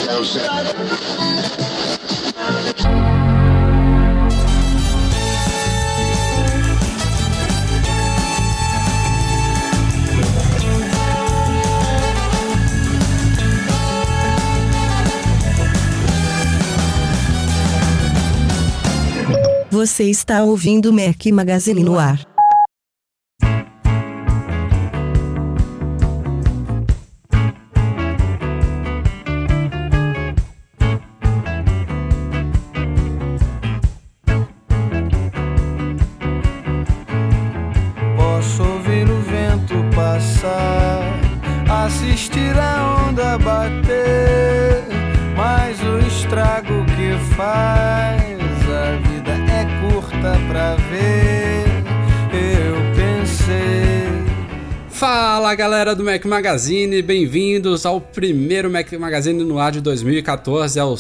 Você está ouvindo o Mac Magazine no ar. Posso ouvir o vento passar, assistir a onda bater, mas o estrago que faz a vida é curta pra ver, eu pensei. Fala galera do Mac Magazine, bem-vindos ao primeiro Mac Magazine no ar de 2014, é o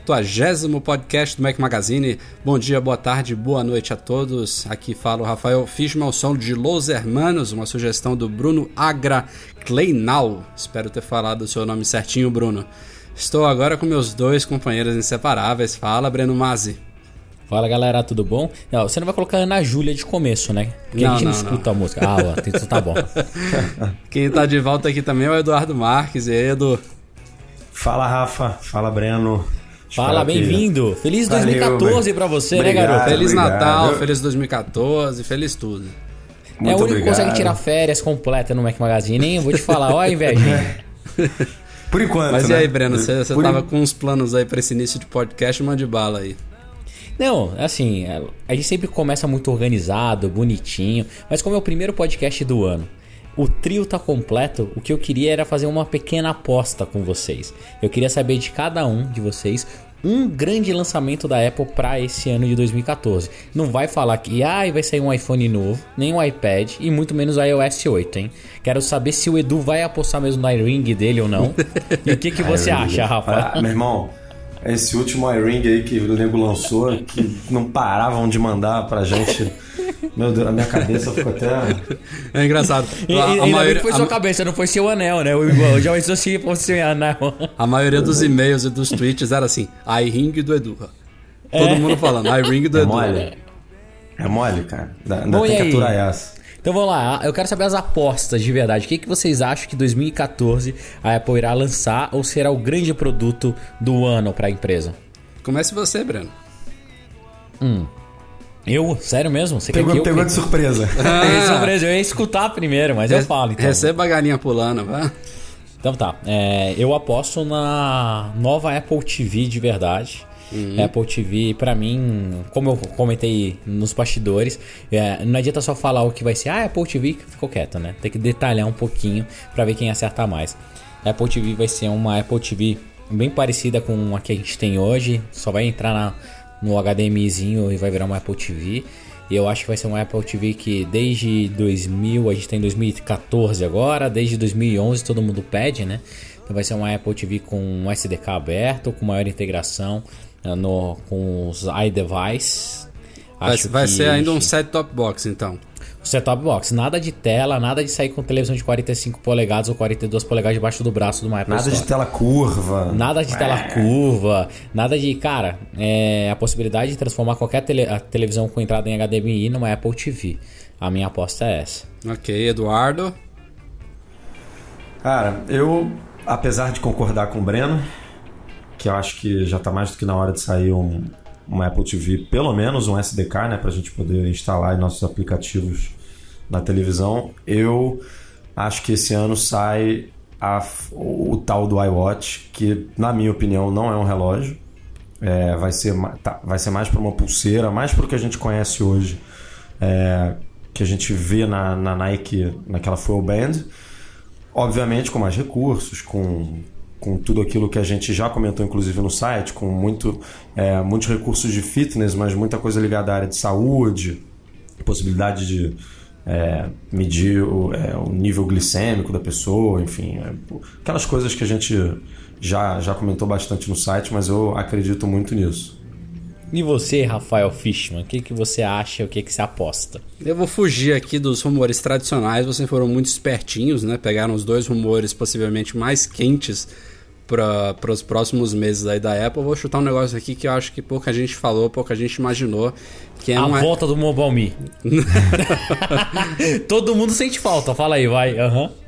70º podcast do Mac Magazine. Bom dia, boa tarde, boa noite a todos. Aqui fala o Rafael Fishman, ao som de Los Hermanos, uma sugestão do Bruno Agra Kleinau. Espero ter falado o seu nome certinho, Bruno. Estou agora com meus dois companheiros inseparáveis. Fala, Breno Mazzi. Fala galera, tudo bom? Não, você não vai colocar Ana Júlia de começo, né? Porque a gente não escuta a música. Ah, ó, então tá bom. Quem tá de volta aqui também é o Eduardo Marques. E aí, Edu? Fala, Rafa. Fala, Breno. Fala, bem-vindo. Feliz 2014 pra você, obrigado, né, garoto? Feliz Natal, feliz 2014, feliz tudo. É o único que consegue tirar férias completa no Mac Magazine, hein? Eu vou te falar, ó a invejinha. Por enquanto, mas né? E aí, Breno, você tava com uns planos aí pra esse início de podcast, mande bala aí. Não, assim, a gente sempre começa muito organizado, bonitinho, mas como é o primeiro podcast do ano, o trio tá completo, o que eu queria era fazer uma pequena aposta com vocês. Eu queria saber de cada um de vocês um grande lançamento da Apple para esse ano de 2014. Não vai falar que vai sair um iPhone novo, nem um iPad e muito menos o iOS 8, hein? Quero saber se o Edu vai apostar mesmo no iRing dele ou não. E o que você acha, Rafa? Meu irmão, esse último iRing aí que o nego lançou, que não paravam de mandar pra gente. Meu Deus, a minha cabeça ficou até... É engraçado. Ainda bem que foi sua cabeça, não foi seu anel, né? Eu já associei pra seu anel. A maioria dos e-mails e dos tweets era assim, iRing do Edu. Todo mundo falando, iRing do Edu. É mole, cara. Ainda tem que aturar essa. Então vamos lá, eu quero saber as apostas de verdade. O que vocês acham que 2014 a Apple irá lançar ou será o grande produto do ano para a empresa? Comece você, Breno. Eu? Sério mesmo? Você pegou de surpresa. Surpresa, eu ia escutar primeiro, mas eu falo então. Receba a galinha pulando, vai. Então tá, eu aposto na nova Apple TV de verdade. Apple TV, pra mim, como eu comentei nos bastidores, não adianta só falar o que vai ser. Apple TV ficou quieto, né? Tem que detalhar um pouquinho pra ver quem acerta mais. A Apple TV vai ser uma Apple TV bem parecida com a que a gente tem hoje. Só vai entrar no HDMizinho e vai virar uma Apple TV. E eu acho que vai ser uma Apple TV que desde 2000, a gente tem 2014 agora, desde 2011 todo mundo pede, né? Então vai ser uma Apple TV com um SDK aberto, com maior integração com os iDevice. Vai ser ainda um set-top box, então. Set-top box, nada de tela, nada de sair com televisão de 45 polegadas ou 42 polegadas debaixo do braço do Apple Nada Store. de tela curva. Nada de tela curva, nada de... Cara, a possibilidade de transformar qualquer televisão com entrada em HDMI numa Apple TV. A minha aposta é essa. Ok, Eduardo? Cara, eu, apesar de concordar com o Breno, que eu acho que já está mais do que na hora de sair uma Apple TV, pelo menos um SDK, né, para a gente poder instalar em nossos aplicativos na televisão. Eu acho que esse ano sai o tal do iWatch, que na minha opinião não é um relógio, vai ser mais para uma pulseira, mais para o que a gente conhece hoje, que a gente vê na Nike, naquela Full Band, obviamente com mais recursos, com tudo aquilo que a gente já comentou, inclusive no site, com muitos recursos de fitness, mas muita coisa ligada à área de saúde, possibilidade de medir o nível glicêmico da pessoa, enfim, aquelas coisas que a gente já comentou bastante no site, mas eu acredito muito nisso. E você, Rafael Fishman, o que você acha, o que você aposta? Eu vou fugir aqui dos rumores tradicionais, vocês foram muito espertinhos, né? Pegaram os dois rumores possivelmente mais quentes para os próximos meses aí da Apple, eu vou chutar um negócio aqui que eu acho que pouca gente falou, pouca gente imaginou, que é volta do Mobile Me. Todo mundo sente falta, fala aí, vai.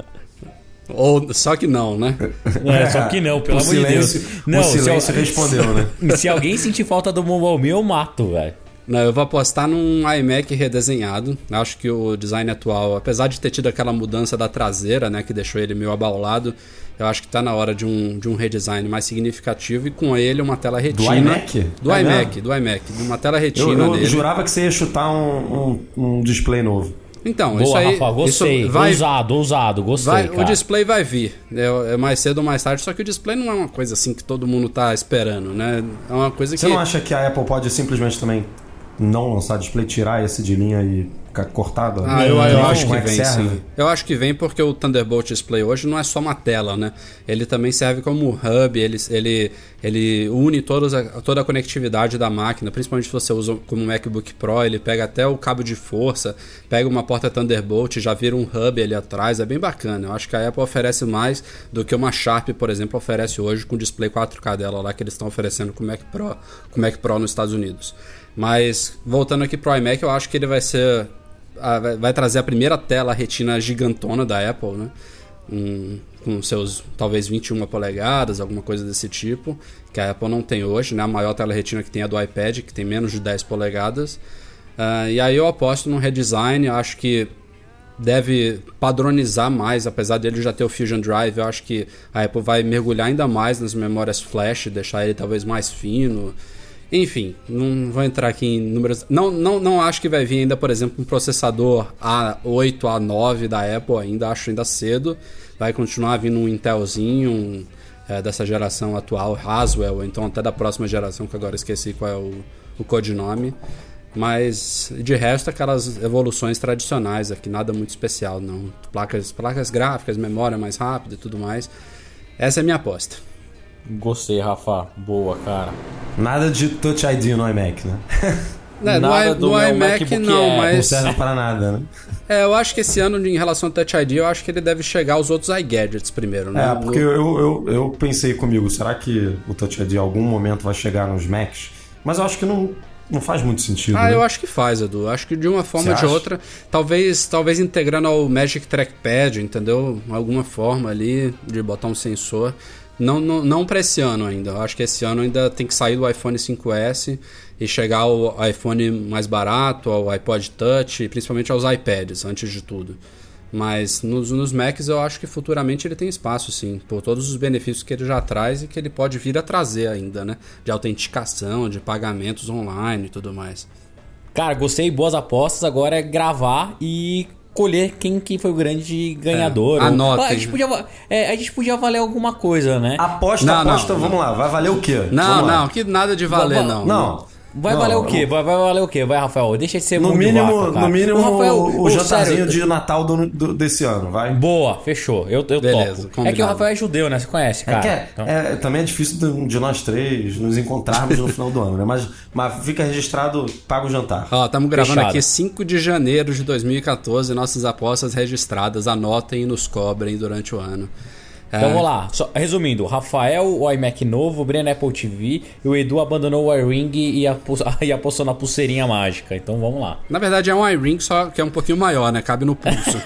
Ou só que não, né? Só que não, pelo amor de Deus. Não, o silêncio respondeu, né? Se alguém sentir falta do Mobile Me, eu mato, velho. Não, eu vou apostar num iMac redesenhado. Acho que o design atual, apesar de ter tido aquela mudança da traseira, né, que deixou ele meio abaulado, eu acho que tá na hora de um redesign mais significativo e com ele uma tela retina. Do iMac? Do iMac. De uma tela retina eu dele. Eu jurava que você ia chutar um display novo. Então, boa, isso aí... Rafa, gostei. Ousado, gostei, cara. O display vai vir. É mais cedo ou mais tarde, só que o display não é uma coisa assim que todo mundo tá esperando, né? É uma coisa que... Você não acha que a Apple pode simplesmente também não lançar display, tirar esse de linha e ficar cortado? Eu acho que vem, sim. Eu acho que vem porque o Thunderbolt Display hoje não é só uma tela, né? Ele também serve como hub, ele une toda a conectividade da máquina, principalmente se você usa como MacBook Pro, ele pega até o cabo de força, pega uma porta Thunderbolt, já vira um hub ali atrás, é bem bacana. Eu acho que a Apple oferece mais do que uma Sharp, por exemplo, oferece hoje com o display 4K dela lá, que eles estão oferecendo com o Mac Pro nos Estados Unidos. Mas, voltando aqui pro iMac, eu acho que ele vai trazer a primeira tela retina gigantona da Apple, né? Com seus, talvez, 21 polegadas, alguma coisa desse tipo, que a Apple não tem hoje, né? A maior tela retina que tem é do iPad, que tem menos de 10 polegadas. E aí eu aposto num redesign, eu acho que deve padronizar mais, apesar dele já ter o Fusion Drive, eu acho que a Apple vai mergulhar ainda mais nas memórias flash, deixar ele talvez mais fino. Enfim, não vou entrar aqui em números... Não acho que vai vir ainda, por exemplo, um processador A8, A9 da Apple ainda, acho ainda cedo. Vai continuar vindo um Intelzinho dessa geração atual, Haswell, então até da próxima geração, que agora esqueci qual é o codinome. Mas, de resto, aquelas evoluções tradicionais aqui, nada muito especial, não. Placas gráficas, memória mais rápida e tudo mais. Essa é a minha aposta. Gostei, Rafa. Boa, cara. Nada de Touch ID no iMac, né? Nada do no iMac MacBook não, mas... Não serve para nada, né? Eu acho que esse ano, em relação ao Touch ID, eu acho que ele deve chegar aos outros iGadgets primeiro, né? Porque eu pensei comigo, será que o Touch ID em algum momento vai chegar nos Macs? Mas eu acho que não faz muito sentido. Né? Eu acho que faz, Edu. Acho que de uma forma ou de outra, talvez integrando ao Magic Trackpad, entendeu? Alguma forma ali de botar um sensor. Não para esse ano ainda. Eu acho que esse ano ainda tem que sair do iPhone 5S e chegar ao iPhone mais barato, ao iPod Touch e principalmente aos iPads, antes de tudo. Mas nos Macs eu acho que futuramente ele tem espaço, sim, por todos os benefícios que ele já traz e que ele pode vir a trazer ainda, né? De autenticação, de pagamentos online e tudo mais. Cara, gostei, boas apostas. Agora é gravar e escolher quem que foi o grande ganhador. Anota. A gente podia valer alguma coisa, né? Aposta, vamos lá. Vai valer o quê? Não, que nada de valer, não. Vai valer o quê? Vai valer o quê? Vai, Rafael, deixa de ser no mínimo, vaca, no mínimo o jantarzinho sério, de Natal desse ano, vai. Boa, fechou. Eu beleza, topo. combinado. É que o Rafael é judeu, né? Você conhece, cara. Também é difícil de nós três nos encontrarmos no final do ano, né? Mas fica registrado, paga o jantar. Estamos gravando Fechado. aqui 5 de janeiro de 2014, nossas apostas registradas. Anotem e nos cobrem durante o ano. Então vamos lá, resumindo, Rafael, o iMac novo, o Breno Apple TV e o Edu abandonou o iRing e apostou na pulseirinha mágica. Então vamos lá. Na verdade é um iRing, só que é um pouquinho maior, né? Cabe no pulso.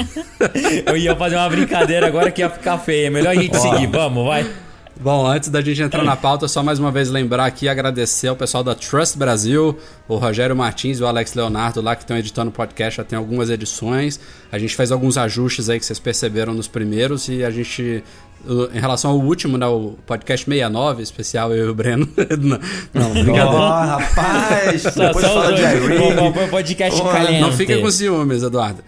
Eu ia fazer uma brincadeira agora que ia ficar feia. Melhor a gente seguir, vamos, vai. Bom, antes da gente entrar na pauta, só mais uma vez lembrar aqui e agradecer ao pessoal da Trust Brasil, o Rogério Martins e o Alex Leonardo lá que estão editando o podcast, já tem algumas edições. A gente fez alguns ajustes aí que vocês perceberam nos primeiros e a gente, em relação ao último, né, o podcast 69, especial eu e o Breno. Não, brincadeira. Rapaz, depois fala de iRing. Podcast caliente. Não fica com ciúmes, Eduardo.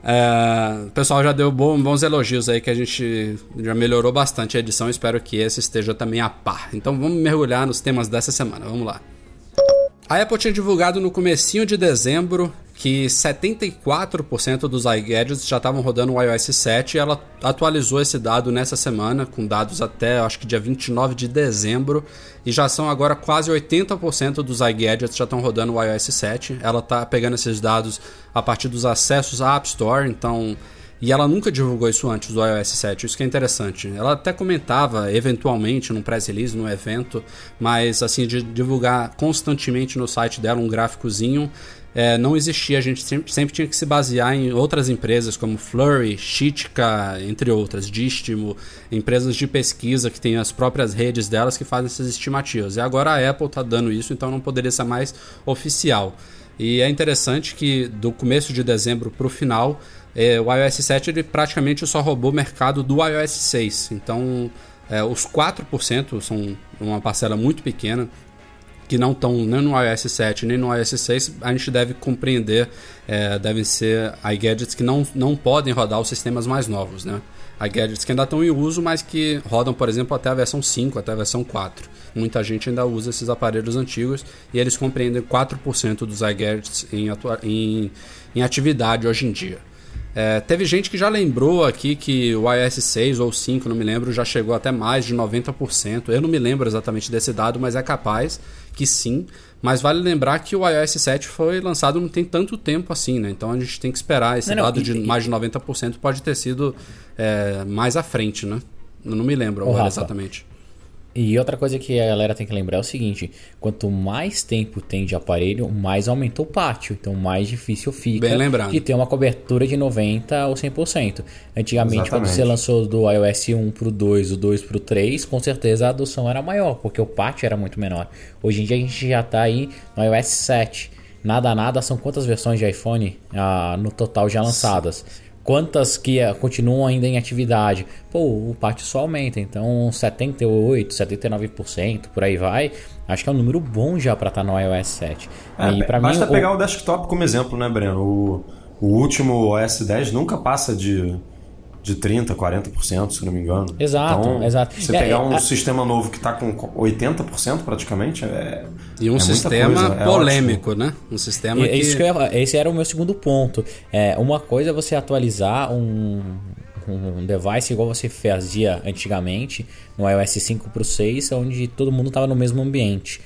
O pessoal já deu bons elogios aí, que a gente já melhorou bastante a edição. Espero que esse esteja também a par. Então vamos mergulhar nos temas dessa semana, vamos lá. A Apple tinha divulgado no comecinho de dezembro que 74% dos iGadgets já estavam rodando o iOS 7 e ela atualizou esse dado nessa semana, com dados até, acho que dia 29 de dezembro, e já são agora quase 80% dos iGadgets já estão rodando o iOS 7. Ela está pegando esses dados a partir dos acessos à App Store, então E ela nunca divulgou isso antes do iOS 7, isso que é interessante. Ela até comentava, eventualmente, num press release, num evento, mas assim, de divulgar constantemente no site dela um gráficozinho, não existia. A gente sempre tinha que se basear em outras empresas como Flurry, Chitika, entre outras, Distimo, empresas de pesquisa que têm as próprias redes delas que fazem essas estimativas. E agora a Apple está dando isso, então não poderia ser mais oficial. E é interessante que do começo de dezembro para o final, o iOS 7 ele praticamente só roubou o mercado do iOS 6. Então, os 4% são uma parcela muito pequena, que não estão nem no iOS 7 nem no iOS 6. A gente deve compreender, devem ser iGadgets que não podem rodar os sistemas mais novos, né? iGadgets que ainda estão em uso, mas que rodam, por exemplo, até a versão 5, até a versão 4. Muita gente ainda usa esses aparelhos antigos e eles compreendem 4% dos iGadgets em atividade hoje em dia. Teve gente que já lembrou aqui que o iOS 6 ou 5, não me lembro, já chegou até mais de 90%. Eu não me lembro exatamente desse dado, mas é capaz que sim. Mas vale lembrar que o iOS 7 foi lançado não tem tanto tempo assim, né? Então a gente tem que esperar. Esse dado de mais de 90% pode ter sido mais à frente, né? Eu não me lembro agora exatamente. E outra coisa que a galera tem que lembrar é o seguinte: quanto mais tempo tem de aparelho, mais aumenta o pátio. Então mais difícil fica de ter uma cobertura de 90% ou 100%. Antigamente, quando você lançou do iOS 1 pro 2, do 2 pro 3, com certeza a adoção era maior, porque o pátio era muito menor. Hoje em dia a gente já está aí no iOS 7. Nada, são quantas versões de iPhone no total já lançadas? Quantas que continuam ainda em atividade? O pátio só aumenta. Então 78%, 79%, por aí vai. Acho que é um número bom já para estar no iOS 7. Basta pegar o desktop como exemplo, né, Breno? O último OS 10 nunca passa de 30%, 40%, se não me engano. Exato. Você pegar um sistema novo que está com 80% praticamente e um sistema polêmico, né? Um sistema que... Esse era o meu segundo ponto. Uma coisa é você atualizar um device igual você fazia antigamente no iOS 5 para o 6, onde todo mundo estava no mesmo ambiente.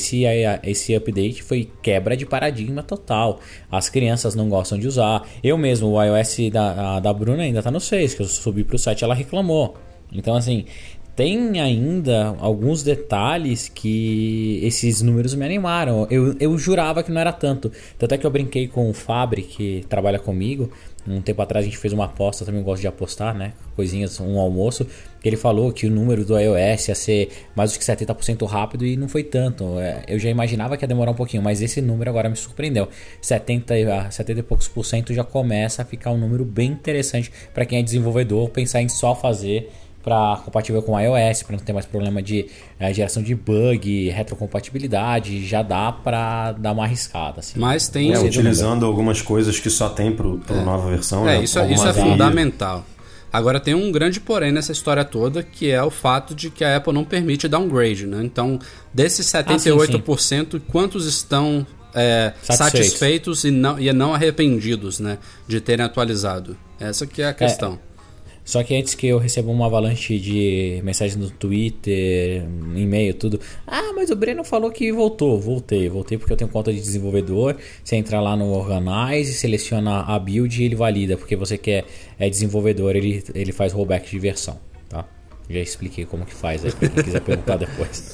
Esse update foi quebra de paradigma total. As crianças não gostam de usar. Eu mesmo, o iOS da Bruna ainda está no 6, que eu subi para o 7, ela reclamou. Então assim, tem ainda alguns detalhes que esses números me animaram. Eu jurava que não era tanto. Tanto é que eu brinquei com o Fabri, que trabalha comigo. Um tempo atrás a gente fez uma aposta, também gosto de apostar, né? Coisinhas, um almoço. Ele falou que o número do iOS ia ser mais do que 70% rápido e não foi tanto. Eu já imaginava que ia demorar um pouquinho, mas esse número agora me surpreendeu. 70 e poucos por cento já começa a ficar um número bem interessante para quem é desenvolvedor, pensar em só fazer para compatível com o iOS, para não ter mais problema de geração de bug, retrocompatibilidade, já dá para dar uma arriscada. Assim. Mas tem... utilizando algumas coisas que só tem para nova versão. Né? Isso é fundamental. Agora tem um grande porém nessa história toda, que é o fato de que a Apple não permite downgrade, né? Então, desses 78%, quantos estão satisfeitos e não arrependidos, né, de terem atualizado? Essa que é a questão. Só que antes que eu receba uma avalanche de mensagens no Twitter, e-mail, tudo. Mas o Breno falou que voltou. Voltei porque eu tenho conta de desenvolvedor. Você entra lá no Organize, seleciona a build e ele valida. Porque você que é desenvolvedor, ele faz rollback de versão, tá? Já expliquei como que faz, aí pra quem quiser perguntar depois.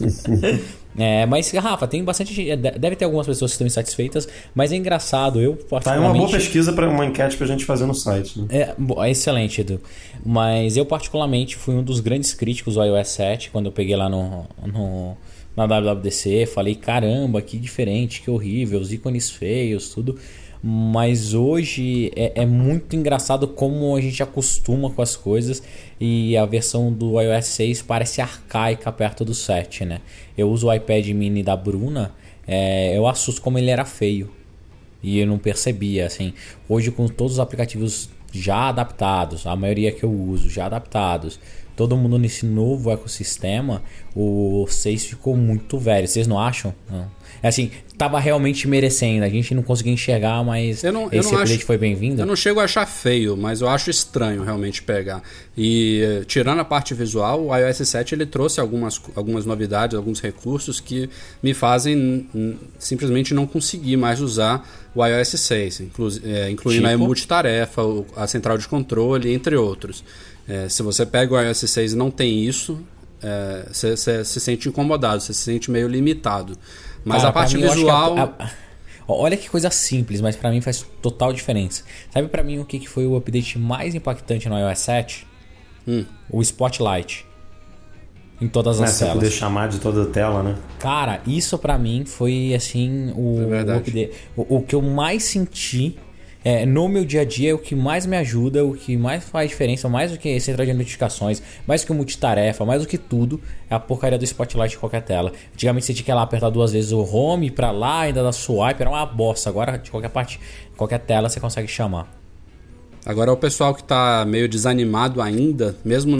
Mas, Rafa, tem bastante... Deve ter algumas pessoas que estão insatisfeitas, mas é engraçado, eu particularmente... Tá, é uma boa pesquisa para uma enquete pra gente fazer no site, né? É excelente, Edu. Mas eu particularmente fui um dos grandes críticos do iOS 7, quando eu peguei lá na WWDC, falei, caramba, que diferente, que horrível, os ícones feios, tudo... Mas hoje é muito engraçado como a gente acostuma com as coisas e a versão do iOS 6 parece arcaica perto do 7, né? Eu uso o iPad mini da Bruna, eu assusto como ele era feio e eu não percebia, assim. Hoje com todos os aplicativos já adaptados, a maioria que eu uso já adaptados, todo mundo nesse novo ecossistema, o 6 ficou muito velho. Vocês não acham? Não. É assim, tava realmente merecendo. A gente não conseguia enxergar, mas esse update foi bem-vindo. Eu não chego a achar feio, mas eu acho estranho realmente pegar. E tirando a parte visual, o iOS 7 ele trouxe algumas novidades, alguns recursos que me fazem simplesmente não conseguir mais usar o iOS 6, incluindo a multitarefa, a central de controle, entre outros. Se você pega o iOS 6 e não tem isso, você se sente incomodado, você se sente meio limitado. Mas a parte visual... Olha que coisa simples, mas pra mim faz total diferença. Sabe pra mim o que foi o update mais impactante no iOS 7? O Spotlight. Em todas as telas. Você poder chamar de toda a tela, né? Cara, isso pra mim foi assim o que eu mais senti no meu dia a dia, o que mais me ajuda, o que mais faz diferença, mais do que central de notificações, mais do que multitarefa, mais do que tudo, é a porcaria do Spotlight de qualquer tela. Antigamente você tinha que ir lá apertar 2 vezes o home pra lá, ainda dar swipe, era uma bosta. Agora de qualquer tela você consegue chamar. Agora, o pessoal que está meio desanimado ainda, mesmo na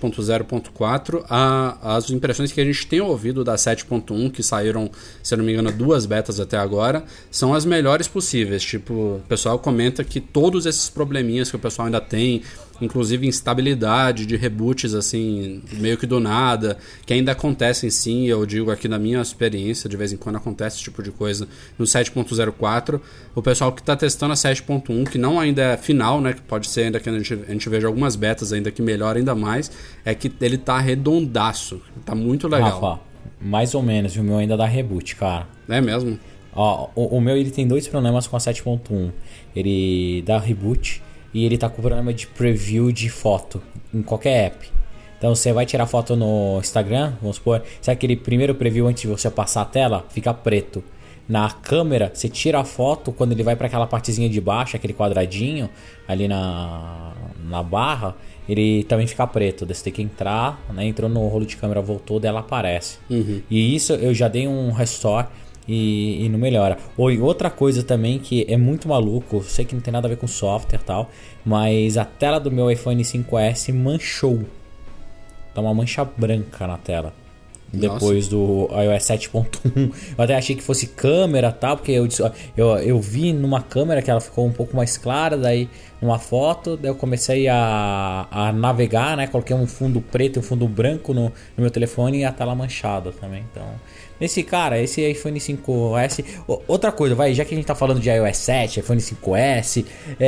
7.0.4, as impressões que a gente tem ouvido da 7.1, que saíram, se eu não me engano, 2 betas até agora, são as melhores possíveis. Tipo, o pessoal comenta que todos esses probleminhas que o pessoal ainda tem, inclusive instabilidade de reboots assim, meio que do nada, que ainda acontecem sim, eu digo aqui na minha experiência, de vez em quando acontece esse tipo de coisa no 7.04. O pessoal que está testando a 7.1, que não ainda é final, né, que pode ser ainda que a gente veja algumas betas ainda que melhora ainda mais, é que ele tá redondaço, tá muito legal. Rafa, mais ou menos, o meu ainda dá reboot, cara. É mesmo? Ó, o meu ele tem 2 problemas com a 7.1. Ele dá reboot e ele tá com problema de preview de foto em qualquer app. Então você vai tirar foto no Instagram, vamos supor, sabe aquele primeiro preview antes de você passar a tela? Fica preto. Na câmera, você tira a foto, quando ele vai para aquela partezinha de baixo, aquele quadradinho ali na barra, ele também fica preto. Daí você tem que entrar, né? Entrou no rolo de câmera, voltou, daí ela aparece. E isso eu já dei um restore e não melhora. Outra coisa também que é muito maluco, eu sei que não tem nada a ver com software e tal, mas a tela do meu iPhone 5S manchou. Tá uma mancha branca na tela. Depois do iOS 7.1. Eu até achei que fosse câmera, tá? Porque eu vi numa câmera que ela ficou um pouco mais clara, daí numa foto, daí eu comecei a navegar, né? Coloquei um fundo preto e um fundo branco no meu telefone e a tela manchada também. Então, esse iPhone 5S... Outra coisa, já que a gente tá falando de iOS 7, iPhone 5S,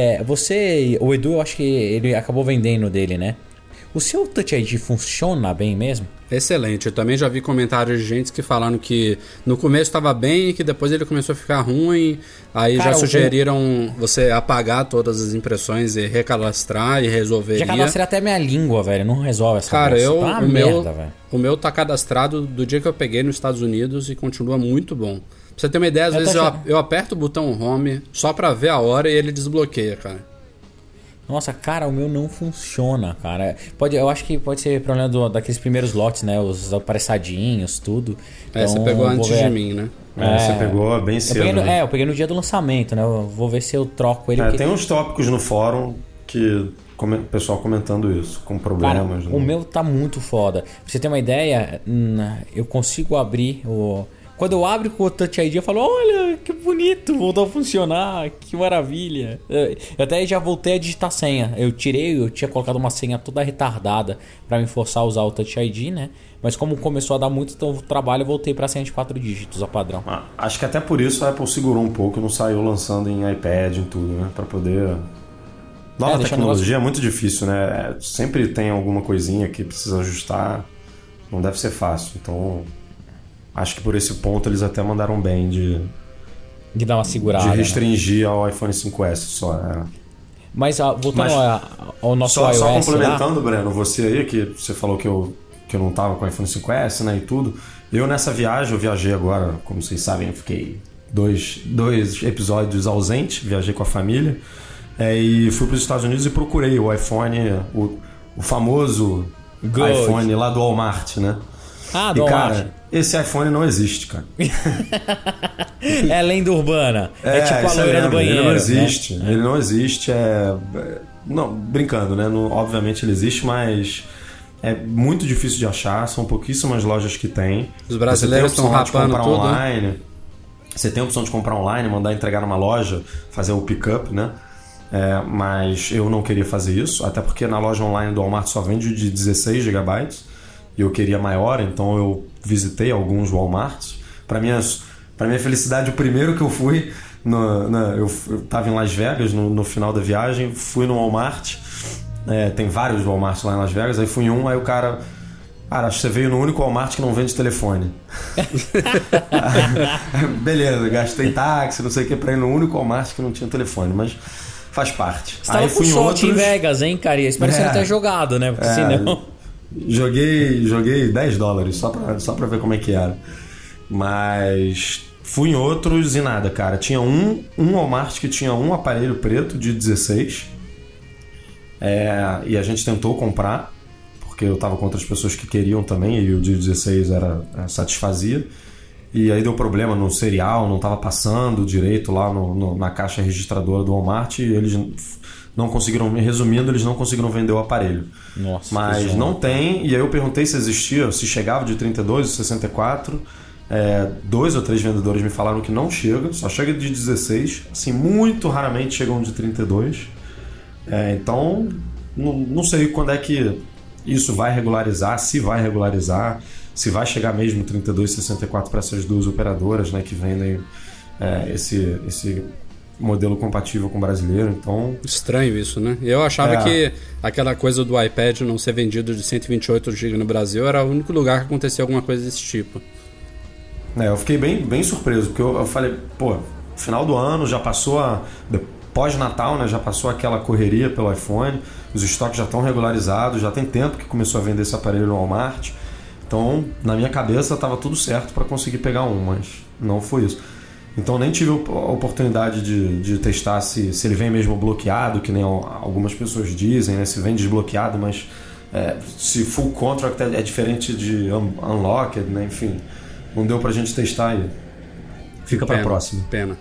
o Edu, eu acho que ele acabou vendendo dele, né? O seu Touch ID funciona bem mesmo? Excelente. Eu também já vi comentários de gente que falaram que no começo estava bem e que depois ele começou a ficar ruim. Aí já sugeriram você apagar todas as impressões e recadastrar e resolver. Já cadastrei até minha língua, velho. Não resolve essa coisa. Cara, merda, velho. O meu tá cadastrado do dia que eu peguei nos Estados Unidos e continua muito bom. Pra você ter uma ideia, às vezes eu aperto o botão home só pra ver a hora e ele desbloqueia, cara. Nossa, cara, o meu não funciona, cara. Eu acho que pode ser problema daqueles primeiros lotes, né? Os apressadinhos, tudo. Então, você pegou antes de mim, né? Você pegou bem cedo. Eu peguei no dia do lançamento, né? Eu vou ver se eu troco ele. Tem uns tópicos no fórum que o pessoal comentando isso, com problemas. Cara, o meu tá muito foda. Pra você ter uma ideia, eu consigo abrir o... Quando eu abro com o Touch ID, eu falo, olha, que bonito, voltou a funcionar, que maravilha. Eu até já voltei a digitar senha. Eu tinha colocado uma senha toda retardada pra me forçar a usar o Touch ID, né? Mas como começou a dar muito trabalho, eu voltei pra senha de 4 dígitos, a padrão. Acho que até por isso a Apple segurou um pouco e não saiu lançando em iPad, em tudo, né? Pra poder... Nova tecnologia é muito difícil, né? Sempre tem alguma coisinha que precisa ajustar. Não deve ser fácil, então... Acho que por esse ponto eles até mandaram bem de dar uma segurada. De restringir ao iPhone 5S só. Mas voltando ao nosso iOS... Só complementando, Breno, você aí, que você falou que eu não tava com o iPhone 5S, né, e tudo. Eu nessa viagem, eu viajei agora, como vocês sabem, eu fiquei dois episódios ausente, viajei com a família. E fui para os Estados Unidos e procurei o iPhone, o famoso iPhone lá do Walmart, né? Do Walmart. Cara, esse iPhone não existe, cara. É lenda urbana. É tipo a loira do banheiro. Ele não existe. Né? Ele não existe. Não, brincando, né? Obviamente ele existe, mas É muito difícil de achar, são pouquíssimas lojas que tem. Os brasileiros estão rapando tudo. Online. Você tem a opção de comprar online, mandar entregar numa loja, fazer o pick-up, né? Mas eu não queria fazer isso, até porque na loja online do Walmart só vende de 16 GB e eu queria maior, então eu visitei alguns Walmarts. Para minha felicidade, o primeiro que eu fui, eu estava em Las Vegas no final da viagem, fui no Walmart, tem vários Walmarts lá em Las Vegas, aí fui em um, aí o cara acho que você veio no único Walmart que não vende telefone. Beleza, gastei táxi, não sei o que, pra ir no único Walmart que não tinha telefone, mas faz parte. Você tava com sorte em Vegas, hein, cara? Espero que você não tenha jogado, né? Porque senão... Joguei $10 só pra ver como é que era. Mas fui em outros e nada, cara. Tinha um Walmart que tinha um aparelho preto de 16 e a gente tentou comprar, porque eu tava com outras pessoas que queriam também e o de 16 satisfazia. E aí deu problema no serial, não tava passando direito lá na caixa registradora do Walmart e eles não conseguiram, resumindo, eles não conseguiram vender o aparelho. Nossa, mas não tem, e aí eu perguntei se existia, se chegava de 32 ou 64. 2 ou 3 vendedores me falaram que não chega, só chega de 16, assim, muito raramente chegam de 32. Então não sei quando é que isso vai regularizar, se vai chegar mesmo 32 e 64 para essas duas operadoras, né, que vendem esse modelo compatível com o brasileiro. Então, estranho isso, né? Eu achava que aquela coisa do iPad não ser vendido de 128 GB no Brasil era o único lugar que acontecia alguma coisa desse tipo. Eu fiquei bem surpreso, porque eu falei, final do ano já passou pós-Natal, né, já passou aquela correria pelo iPhone, os estoques já estão regularizados, já tem tempo que começou a vender esse aparelho no Walmart. Então, na minha cabeça estava tudo certo para conseguir pegar um, mas não foi isso. Então nem tive a oportunidade de testar se ele vem mesmo bloqueado, que nem algumas pessoas dizem, né? Se vem desbloqueado, mas se full contract é diferente de unlocked, né? Enfim, não deu pra gente testar aí. Fica pra próxima. Pena.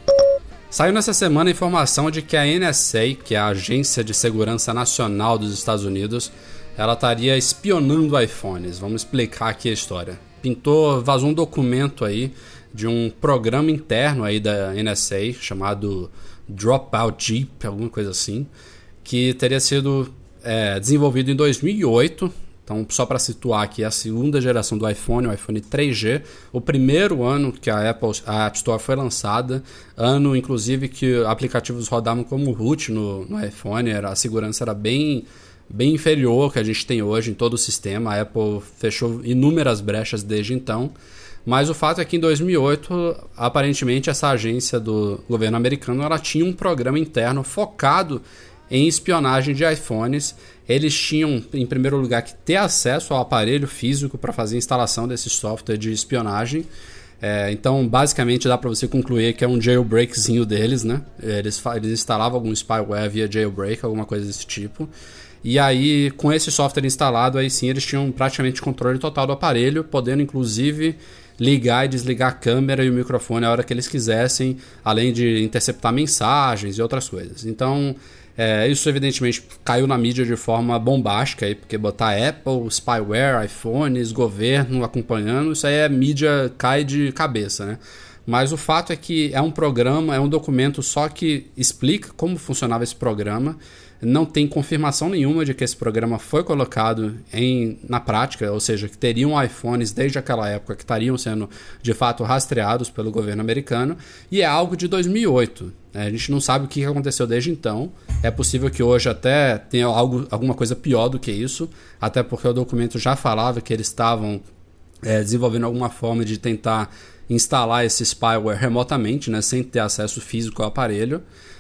Saiu nessa semana a informação de que a NSA, que é a Agência de Segurança Nacional dos Estados Unidos, ela estaria espionando iPhones. Vamos explicar aqui a história. Vazou um documento aí de um programa interno aí da NSA chamado Dropout Jeep, alguma coisa assim, que teria sido desenvolvido em 2008. Então, só para situar aqui, a segunda geração do iPhone, o iPhone 3G, o primeiro ano que a App Store foi lançada, ano inclusive que aplicativos rodavam como root no iPhone, a segurança era bem inferior ao que a gente tem hoje em todo o sistema. A Apple fechou inúmeras brechas desde então. Mas o fato é que em 2008, aparentemente, essa agência do governo americano ela tinha um programa interno focado em espionagem de iPhones. Eles tinham, em primeiro lugar, que ter acesso ao aparelho físico para fazer a instalação desse software de espionagem. Então, basicamente, dá para você concluir que é um jailbreakzinho deles, né? Eles instalavam algum spyware via jailbreak, alguma coisa desse tipo. E aí, com esse software instalado, aí sim, eles tinham praticamente controle total do aparelho, podendo, inclusive, ligar e desligar a câmera e o microfone a hora que eles quisessem, além de interceptar mensagens e outras coisas. Então, isso evidentemente caiu na mídia de forma bombástica, aí, porque botar Apple, spyware, iPhones, governo acompanhando, isso aí mídia cai de cabeça, né? Mas o fato é que é um programa, é um documento só que explica como funcionava esse programa. Não tem confirmação nenhuma de que esse programa foi colocado na prática, ou seja, que teriam iPhones desde aquela época que estariam sendo de fato rastreados pelo governo americano, e é algo de 2008. A gente não sabe o que aconteceu desde então. É possível que hoje até tenha alguma coisa pior do que isso, até porque o documento já falava que eles estavam desenvolvendo alguma forma de tentar instalar esse spyware remotamente, né, sem ter acesso físico ao aparelho.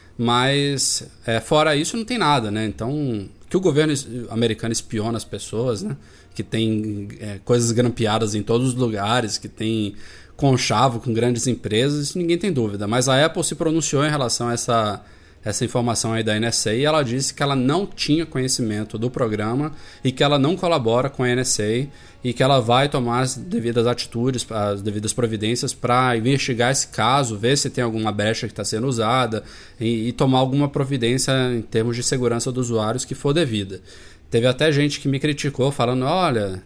Mas fora isso não tem nada, né? Então, que o governo americano espiona as pessoas, né? Que tem coisas grampeadas em todos os lugares, que tem conchavo com grandes empresas, isso ninguém tem dúvida. Mas a Apple se pronunciou em relação a essa informação aí da NSA e ela disse que ela não tinha conhecimento do programa e que ela não colabora com a NSA e que ela vai tomar as devidas atitudes, as devidas providências para investigar esse caso, ver se tem alguma brecha que está sendo usada e tomar alguma providência em termos de segurança dos usuários que for devida. Teve até gente que me criticou falando, olha,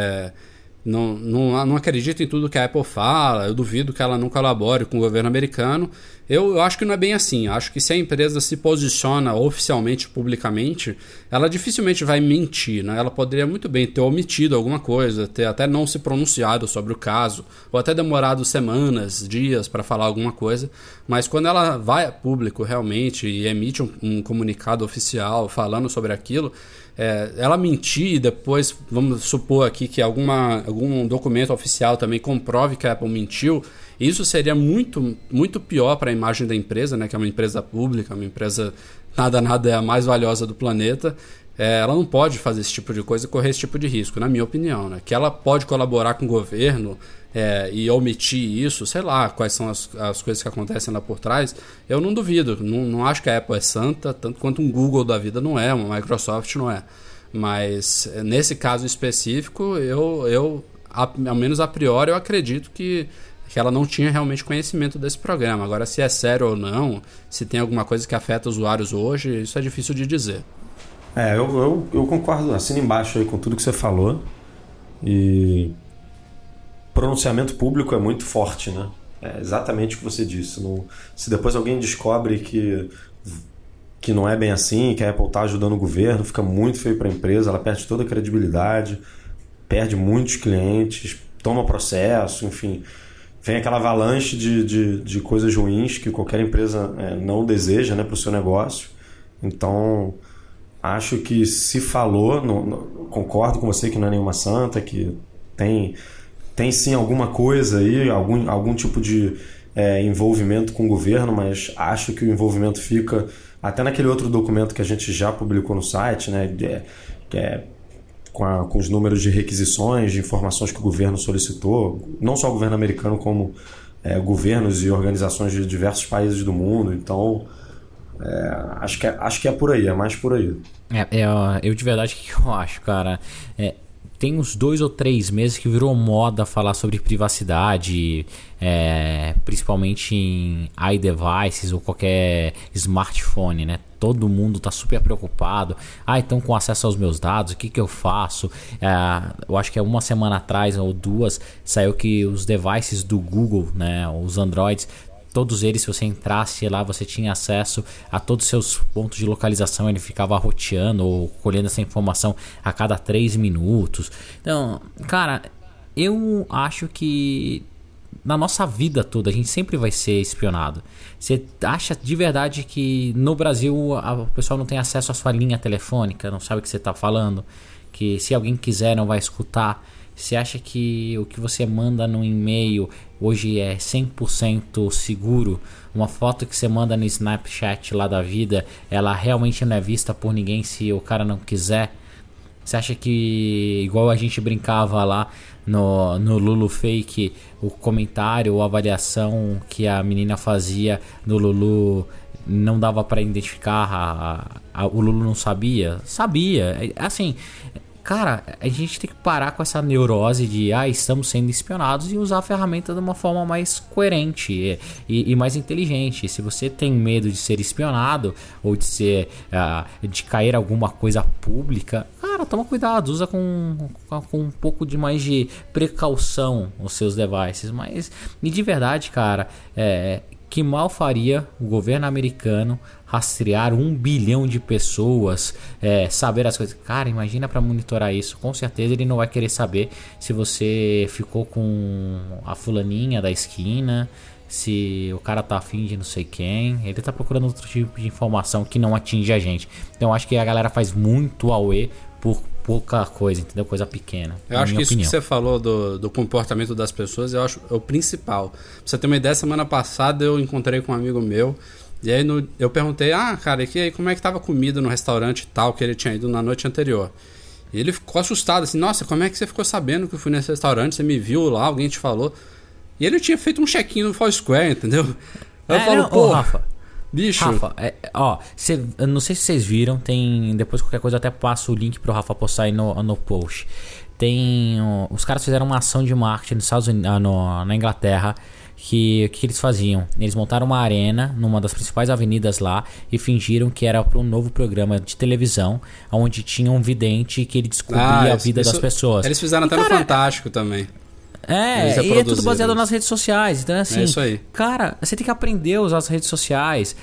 não acredito em tudo que a Apple fala, eu duvido que ela não colabore com o governo americano. Eu acho que não é bem assim. Eu acho que se a empresa se posiciona oficialmente, publicamente, ela dificilmente vai mentir, né? Ela poderia muito bem ter omitido alguma coisa, ter até não se pronunciado sobre o caso, ou até demorado semanas, dias para falar alguma coisa, mas quando ela vai a público realmente e emite um comunicado oficial falando sobre aquilo, ela mentir e depois, vamos supor aqui que algum documento oficial também comprove que a Apple mentiu, isso seria muito, muito pior para a imagem da empresa, né? Que é uma empresa pública, uma empresa nada é a mais valiosa do planeta. Ela não pode fazer esse tipo de coisa e correr esse tipo de risco, na minha opinião, né? Que ela pode colaborar com o governo e omitir isso, sei lá, quais são as coisas que acontecem lá por trás, eu não duvido. Não acho que a Apple é santa, tanto quanto um Google da vida não é, uma Microsoft não é. Mas nesse caso específico, eu ao menos a priori, eu acredito que ela não tinha realmente conhecimento desse programa. Agora, se é sério ou não, se tem alguma coisa que afeta usuários hoje, isso é difícil de dizer. Eu concordo, assino embaixo aí com tudo que você falou. E pronunciamento público é muito forte, né? É exatamente o que você disse. Se depois alguém descobre que não é bem assim, que a Apple está ajudando o governo, fica muito feio para a empresa, ela perde toda a credibilidade, perde muitos clientes, toma processo, enfim... Vem aquela avalanche de coisas ruins que qualquer empresa não deseja, né, para o seu negócio. Então, acho que se falou, concordo com você que não é nenhuma santa, que tem sim alguma coisa aí, algum tipo de envolvimento com o governo, mas acho que o envolvimento fica até naquele outro documento que a gente já publicou no site, né, que é com os números de requisições, de informações que o governo solicitou, não só o governo americano, como governos e organizações de diversos países do mundo. Então, acho que é por aí, é mais por aí. Eu de verdade, o que eu acho, cara? Tem uns 2 ou 3 meses que virou moda falar sobre privacidade, principalmente em iDevices ou qualquer smartphone, né? Todo mundo tá super preocupado. Então com acesso aos meus dados, o que eu faço? Eu acho que uma semana atrás ou 2 saiu que os devices do Google, né, os Androids, todos eles, se você entrasse lá, você tinha acesso a todos os seus pontos de localização. Ele ficava roteando ou colhendo essa informação a cada 3 minutos. Então, cara, eu acho que na nossa vida toda a gente sempre vai ser espionado. Você acha de verdade que no Brasil o pessoal não tem acesso à sua linha telefônica, não sabe o que você está falando, que se alguém quiser não vai escutar? Você acha que o que você manda no e-mail hoje é 100% seguro? Uma foto que você manda no Snapchat lá da vida, ela realmente não é vista por ninguém se o cara não quiser? Você acha que, igual a gente brincava lá no Lulu Fake, o comentário ou a avaliação que a menina fazia no Lulu não dava para identificar? O Lulu não sabia? Sabia. Assim... Cara, a gente tem que parar com essa neurose de estamos sendo espionados e usar a ferramenta de uma forma mais coerente e mais inteligente. Se você tem medo de ser espionado ou de cair alguma coisa pública, cara, toma cuidado, usa com um pouco de mais de precaução os seus devices. E de verdade, cara, que mal faria o governo americano rastrear 1 bilhão de pessoas, saber as coisas. Cara, imagina para monitorar isso. Com certeza ele não vai querer saber se você ficou com a fulaninha da esquina, se o cara tá afim de não sei quem. Ele tá procurando outro tipo de informação que não atinge a gente. Então acho que a galera faz muito auê por pouca coisa, entendeu? Coisa pequena. Eu acho que isso que você falou do comportamento das pessoas, eu acho o principal. Pra você ter uma ideia, semana passada eu encontrei com um amigo meu, e aí eu perguntei, cara, e aí, como é que tava a comida no restaurante e tal, que ele tinha ido na noite anterior? E ele ficou assustado, assim, nossa, como é que você ficou sabendo que eu fui nesse restaurante? Você me viu lá, alguém te falou? E ele tinha feito um check-in no Foursquare, entendeu? Aí eu falo, pô... Rafa, bicho. Rafa, eu não sei se vocês viram, depois qualquer coisa eu até passo o link pro Rafa postar aí no post. Os caras fizeram uma ação de marketing nos Estados Unidos, na Inglaterra, que eles faziam? Eles montaram uma arena numa das principais avenidas lá e fingiram que era para um novo programa de televisão, onde tinha um vidente que ele descobria a vida das pessoas. Eles fizeram até no Fantástico também. E é tudo baseado nas redes sociais. Então, assim, é isso aí. Cara, você tem que aprender a usar as redes sociais.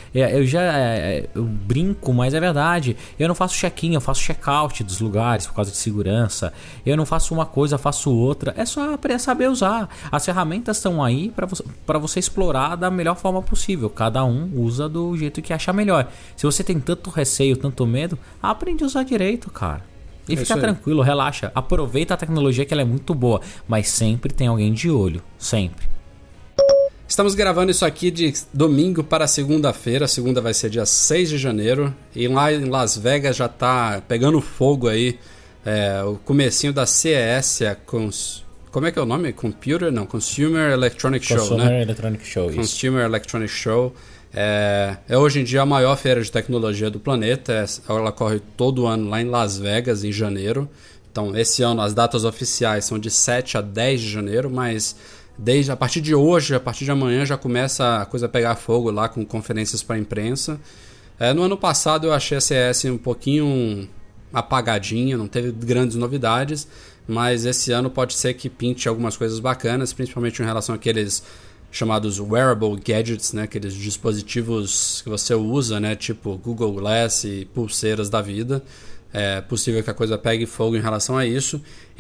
Eu brinco, mas é verdade. Eu não faço check-in, eu faço check-out dos lugares por causa de segurança. Eu não faço uma coisa, faço outra. É só saber usar. As ferramentas estão aí para você explorar da melhor forma possível. Cada um usa do jeito que achar melhor. Se você tem tanto receio, tanto medo, aprende a usar direito, cara. E fica tranquilo, relaxa. Aproveita a tecnologia que ela é muito boa, mas sempre tem alguém de olho, sempre. Estamos gravando isso aqui de domingo para segunda-feira. Segunda vai ser dia 6 de janeiro. E lá em Las Vegas já tá pegando fogo aí. O comecinho da CES, como é que é o nome? Consumer Electronic Show, Consumer Electronic Show, isso. Consumer Electronic Show. É hoje em dia a maior feira de tecnologia do planeta. Ela corre todo ano lá em Las Vegas, em janeiro. Então, esse ano as datas oficiais são de 7 a 10 de janeiro, mas a partir de hoje, a partir de amanhã, já começa a coisa a pegar fogo lá com conferências para a imprensa. No ano passado eu achei a CES um pouquinho apagadinha, não teve grandes novidades, mas esse ano pode ser que pinte algumas coisas bacanas, principalmente em relação àqueles chamados wearable gadgets, né? Aqueles dispositivos que você usa, né? Tipo Google Glass e pulseiras da vida. É possível que a coisa pegue fogo em relação a isso.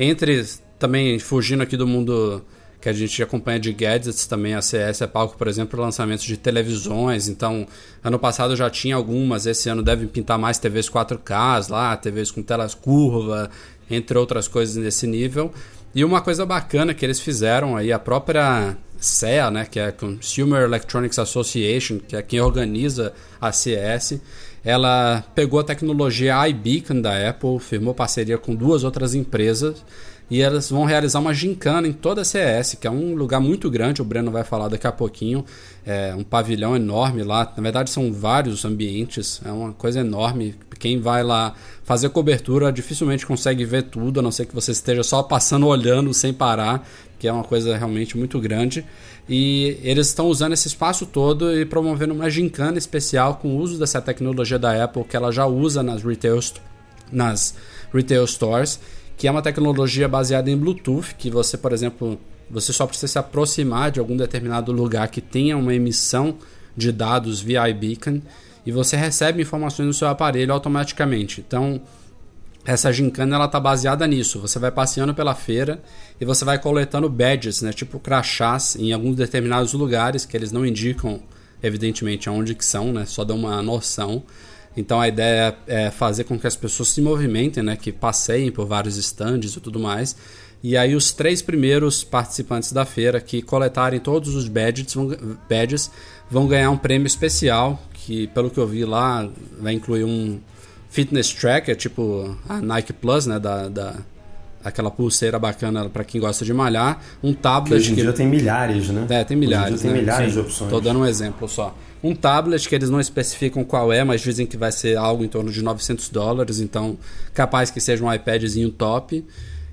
Também fugindo aqui do mundo que a gente acompanha de gadgets, também a CES é palco, por exemplo, para lançamentos de televisões. Então, ano passado já tinha algumas, esse ano devem pintar mais TVs 4K lá, TVs com telas curvas, entre outras coisas nesse nível. E uma coisa bacana que eles fizeram aí, a própria CEA, né, que é a Consumer Electronics Association, que é quem organiza a CES, ela pegou a tecnologia iBeacon da Apple, firmou parceria com 2 outras empresas e elas vão realizar uma gincana em toda a CES, que é um lugar muito grande, o Breno vai falar daqui a pouquinho, é um pavilhão enorme lá, na verdade são vários ambientes, é uma coisa enorme, quem vai lá fazer cobertura dificilmente consegue ver tudo, a não ser que você esteja só passando, olhando sem parar, que é uma coisa realmente muito grande, e eles estão usando esse espaço todo e promovendo uma gincana especial com o uso dessa tecnologia da Apple, que ela já usa nas retail stores, que é uma tecnologia baseada em Bluetooth, que você, por exemplo, você só precisa se aproximar de algum determinado lugar que tenha uma emissão de dados via iBeacon e você recebe informações no seu aparelho automaticamente. Então, essa gincana ela está baseada nisso. Você vai passeando pela feira e você vai coletando badges, né, tipo crachás, em alguns determinados lugares que eles não indicam, evidentemente, aonde que são, né, só dão uma noção. Então a ideia é fazer com que as pessoas se movimentem, né, que passeiem por vários stands e tudo mais. E aí os 3 primeiros participantes da feira que coletarem todos os badges vão ganhar um prêmio especial, que pelo que eu vi lá vai incluir um fitness tracker, tipo a Nike Plus, né, aquela pulseira bacana para quem gosta de malhar, um tablet. Hoje em dia tem milhares, né? Tem milhares. Hoje em dia tem milhares de opções. Estou dando um exemplo só. Um tablet que eles não especificam qual é, mas dizem que vai ser algo em torno de $900, então capaz que seja um iPadzinho top.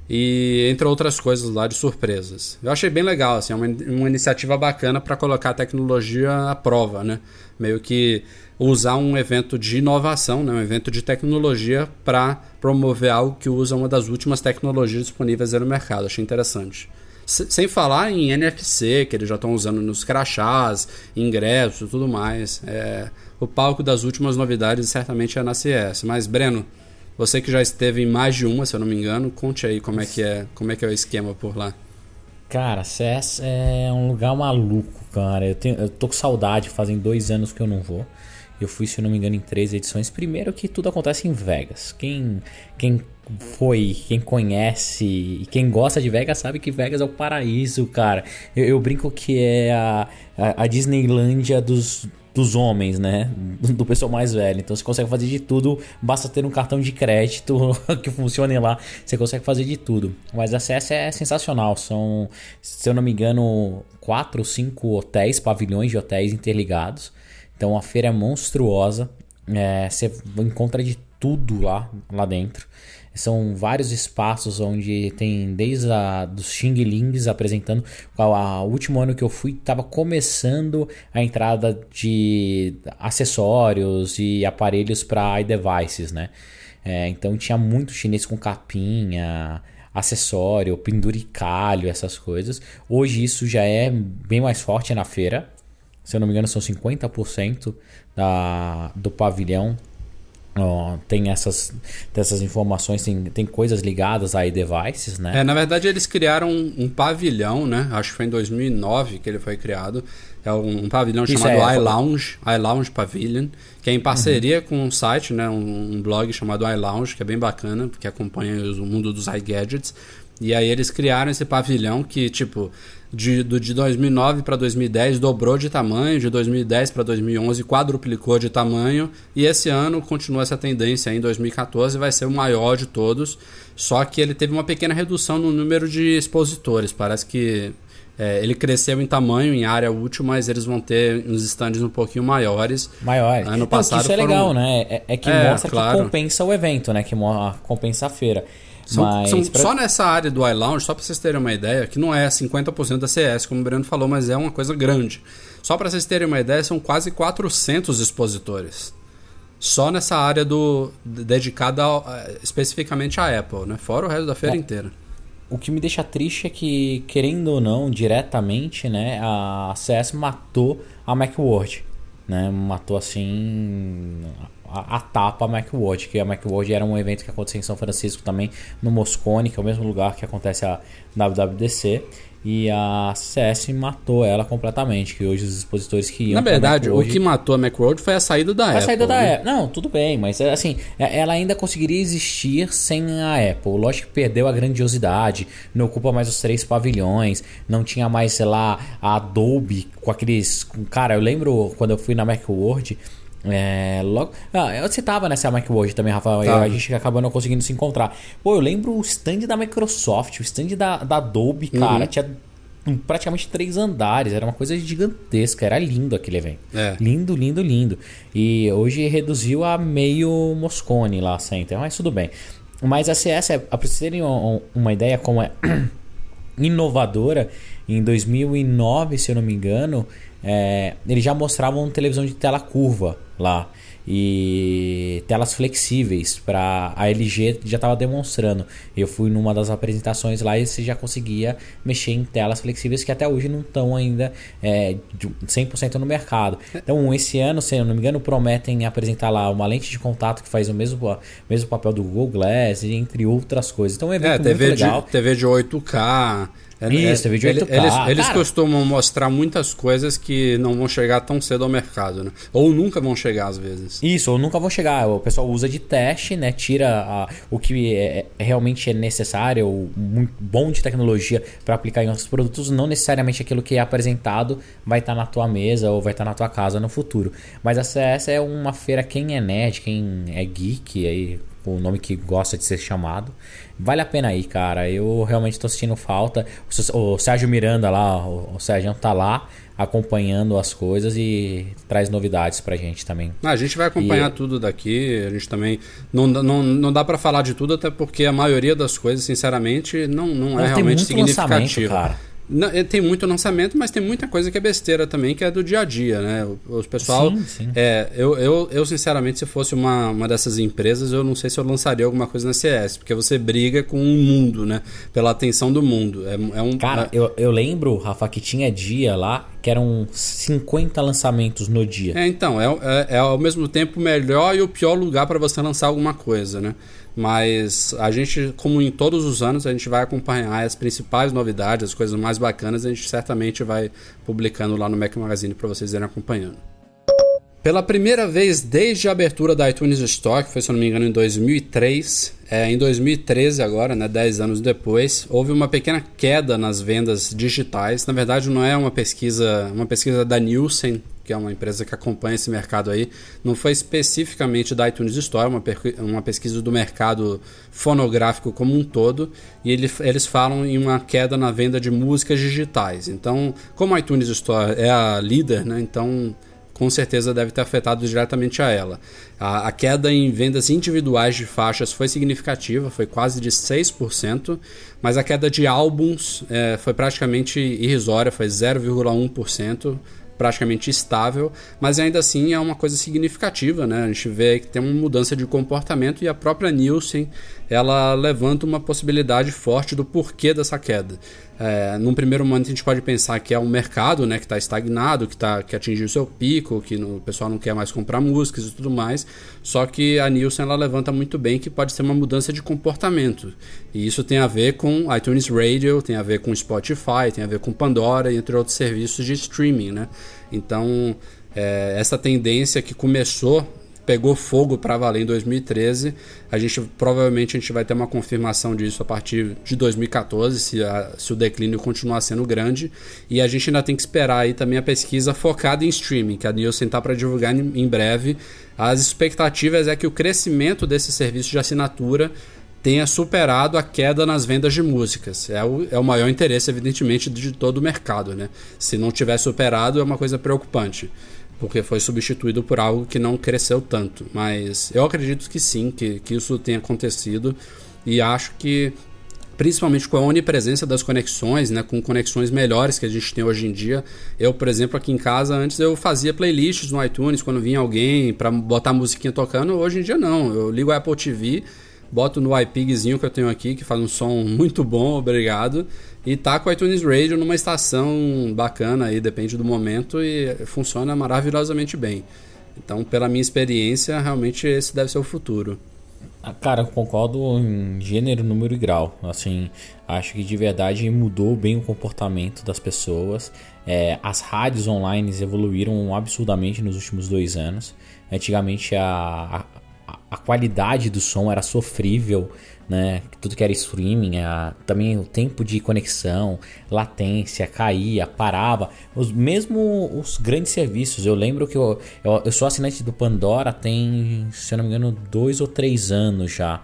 E entre outras coisas lá de surpresas. Eu achei bem legal, assim, uma iniciativa bacana para colocar a tecnologia à prova, né? Meio que usar um evento de inovação, né? Um evento de tecnologia para promover algo que usa uma das últimas tecnologias disponíveis aí no mercado. Achei interessante. Sem falar em NFC, que eles já estão usando nos crachás, ingressos e tudo mais. O palco das últimas novidades certamente é na CES. Mas, Breno, você que já esteve em mais de uma, se eu não me engano, conte aí como é que é o esquema por lá. Cara, CES é um lugar maluco, cara. Eu tô com saudade, fazem 2 anos que eu não vou. Eu fui, se eu não me engano, em 3 edições. Primeiro que tudo acontece em Vegas. Quem foi, quem conhece e quem gosta de Vegas sabe que Vegas é o paraíso, cara. Eu brinco que é a Disneylândia dos homens, né? Do pessoal mais velho. Então você consegue fazer de tudo, basta ter um cartão de crédito que funcione lá, você consegue fazer de tudo. Mas a CES é sensacional, são, se eu não me engano, 4 ou 5 hotéis, pavilhões de hotéis interligados. Então a feira é monstruosa, você encontra de tudo lá dentro. São vários espaços onde tem desde dos Xing Lings apresentando. O último ano que eu fui estava começando a entrada de acessórios e aparelhos para iDevices, né? Então tinha muito chinês com capinha, acessório, penduricalho, essas coisas. Hoje isso já é bem mais forte na feira. Se eu não me engano, são 50% do pavilhão. Tem essas informações, tem coisas ligadas a iDevices, né? Na verdade, eles criaram um pavilhão, né? Acho que foi em 2009 que ele foi criado. É um pavilhão chamado iLounge Pavilion, que é em parceria com um site, né? Um blog chamado iLounge, que é bem bacana, porque acompanha o mundo dos iGadgets. E aí eles criaram esse pavilhão que, tipo, de 2009 para 2010 dobrou de tamanho, de 2010 para 2011 quadruplicou de tamanho, e esse ano continua essa tendência. Em 2014 vai ser o maior de todos, só que ele teve uma pequena redução no número de expositores. Parece que ele cresceu em tamanho, em área útil, mas eles vão ter uns stands um pouquinho maiores. Ano passado isso é legal, né? Que mostra claro, que compensa o evento, né? Que compensa a feira. Só nessa área do iLounge, só para vocês terem uma ideia, que não é 50% da CS, como o Breno falou, mas é uma coisa grande. Só para vocês terem uma ideia, são quase 400 expositores. Só nessa área dedicada especificamente à Apple, né? Fora o resto da feira inteira. O que me deixa triste é que, querendo ou não, diretamente, né, a CS matou a Macworld, né? Matou assim a tapa Macworld, que a Macworld era um evento que acontecia em São Francisco também, no Moscone, que é o mesmo lugar que acontece a WWDC, e a CS matou ela completamente, que hoje os expositores que iam... Na verdade, o que matou a Macworld foi a saída da Apple. A saída da Apple. Não, tudo bem, mas assim, ela ainda conseguiria existir sem a Apple. Lógico que perdeu a grandiosidade, não ocupa mais os 3 pavilhões, não tinha mais, sei lá, a Adobe com aqueles... Cara, eu lembro quando eu fui na Macworld... você tava nessa Macworld também, Rafael. A gente acabou não conseguindo se encontrar. Pô, eu lembro o stand da Microsoft, o stand da Adobe, cara. Tinha praticamente 3 andares. Era uma coisa gigantesca. Era lindo aquele evento. Lindo, lindo, lindo. E hoje reduziu a meio Moscone lá, Center. Mas tudo bem. Mas a CS, pra vocês terem uma ideia como é inovadora, em 2009, se eu não me engano, eles já mostravam televisão de tela curva lá e telas flexíveis. Para a LG já estava demonstrando. Eu fui numa das apresentações lá e você já conseguia mexer em telas flexíveis que até hoje não estão ainda 100% no mercado. Então esse ano, se eu não me engano, prometem apresentar lá uma lente de contato que faz o mesmo papel do Google Glass, entre outras coisas. Então é um evento muito legal. TV de 8K. Isso, TV de 8K. Eles costumam mostrar muitas coisas que não vão chegar tão cedo ao mercado, né? Ou nunca vão chegar às vezes. Isso, ou nunca vão chegar. O pessoal usa de teste, né? Tira o que realmente é necessário, o muito bom de tecnologia para aplicar em outros produtos. Não necessariamente aquilo que é apresentado vai estar na tua mesa ou vai estar na tua casa no futuro. Mas a CS é uma feira, quem é nerd, quem é geek, aí, o nome que gosta de ser chamado, vale a pena ir, cara. Eu realmente estou sentindo falta. O Sérgio Miranda lá, o Sérgio tá lá acompanhando as coisas e traz novidades pra gente também. A gente vai acompanhar tudo daqui. A gente também não dá pra falar de tudo, até porque a maioria das coisas, sinceramente, não é realmente significativa. Cara. Tem muito lançamento, mas tem muita coisa que é besteira também, que é do dia a dia, né? O pessoal... Sim. Eu sinceramente, se fosse uma dessas empresas, eu não sei se eu lançaria alguma coisa na CS, porque você briga com o mundo, né? Pela atenção do mundo. Cara, eu lembro, Rafa, que tinha dia lá que eram 50 lançamentos no dia. Então, é ao mesmo tempo o melhor e o pior lugar para você lançar alguma coisa, né? Mas a gente, como em todos os anos, a gente vai acompanhar as principais novidades, as coisas mais bacanas, a gente certamente vai publicando lá no Mac Magazine para vocês irem acompanhando. Pela primeira vez desde a abertura da iTunes Store, que foi, se eu não me engano, em 2003, em 2013 agora, né, 10 anos depois, houve uma pequena queda nas vendas digitais. Na verdade, não é uma pesquisa da Nielsen, que é uma empresa que acompanha esse mercado aí, não foi especificamente da iTunes Store, uma pesquisa do mercado fonográfico como um todo, e eles falam em uma queda na venda de músicas digitais. Então, como a iTunes Store é a líder, né, então com certeza deve ter afetado diretamente a ela. A queda em vendas individuais de faixas foi significativa, foi quase de 6%, mas a queda de álbuns foi praticamente irrisória, foi 0,1%, praticamente estável, mas ainda assim é uma coisa significativa, né? A gente vê que tem uma mudança de comportamento e a própria Nielsen, ela levanta uma possibilidade forte do porquê dessa queda. Num primeiro momento a gente pode pensar que é um mercado, né, que está estagnado, que atingiu o seu pico, que o pessoal não quer mais comprar músicas e tudo mais, só que a Nielsen ela levanta muito bem que pode ser uma mudança de comportamento, e isso tem a ver com iTunes Radio, tem a ver com Spotify, tem a ver com Pandora, entre outros serviços de streaming, né? Então essa tendência que pegou fogo para valer em 2013, provavelmente a gente vai ter uma confirmação disso a partir de 2014, se o declínio continuar sendo grande, e a gente ainda tem que esperar aí também a pesquisa focada em streaming, que a Nielsen está para divulgar em breve. As expectativas é que o crescimento desse serviço de assinatura tenha superado a queda nas vendas de músicas. É o maior interesse, evidentemente, de todo o mercado, né? Se não tiver superado, é uma coisa preocupante, porque foi substituído por algo que não cresceu tanto. Mas eu acredito que sim, que isso tenha acontecido, e acho que, principalmente com a onipresença das conexões, né, com conexões melhores que a gente tem hoje em dia. Eu, por exemplo, aqui em casa, antes eu fazia playlists no iTunes, quando vinha alguém para botar musiquinha tocando. Hoje em dia não, eu ligo a Apple TV, boto no iPigzinho que eu tenho aqui, que faz um som muito bom, obrigado, e tá com o iTunes Radio numa estação bacana aí, depende do momento, e funciona maravilhosamente bem. Então, pela minha experiência, realmente esse deve ser o futuro. Cara, eu concordo em gênero, número e grau. Assim, acho que de verdade mudou bem o comportamento das pessoas. As rádios online evoluíram absurdamente nos últimos 2 anos. Antigamente a qualidade do som era sofrível, né? Tudo que era streaming, também o tempo de conexão, latência, caía, parava. Mesmo os grandes serviços, eu lembro que eu sou assinante do Pandora tem, se eu não me engano, 2 ou 3 anos já.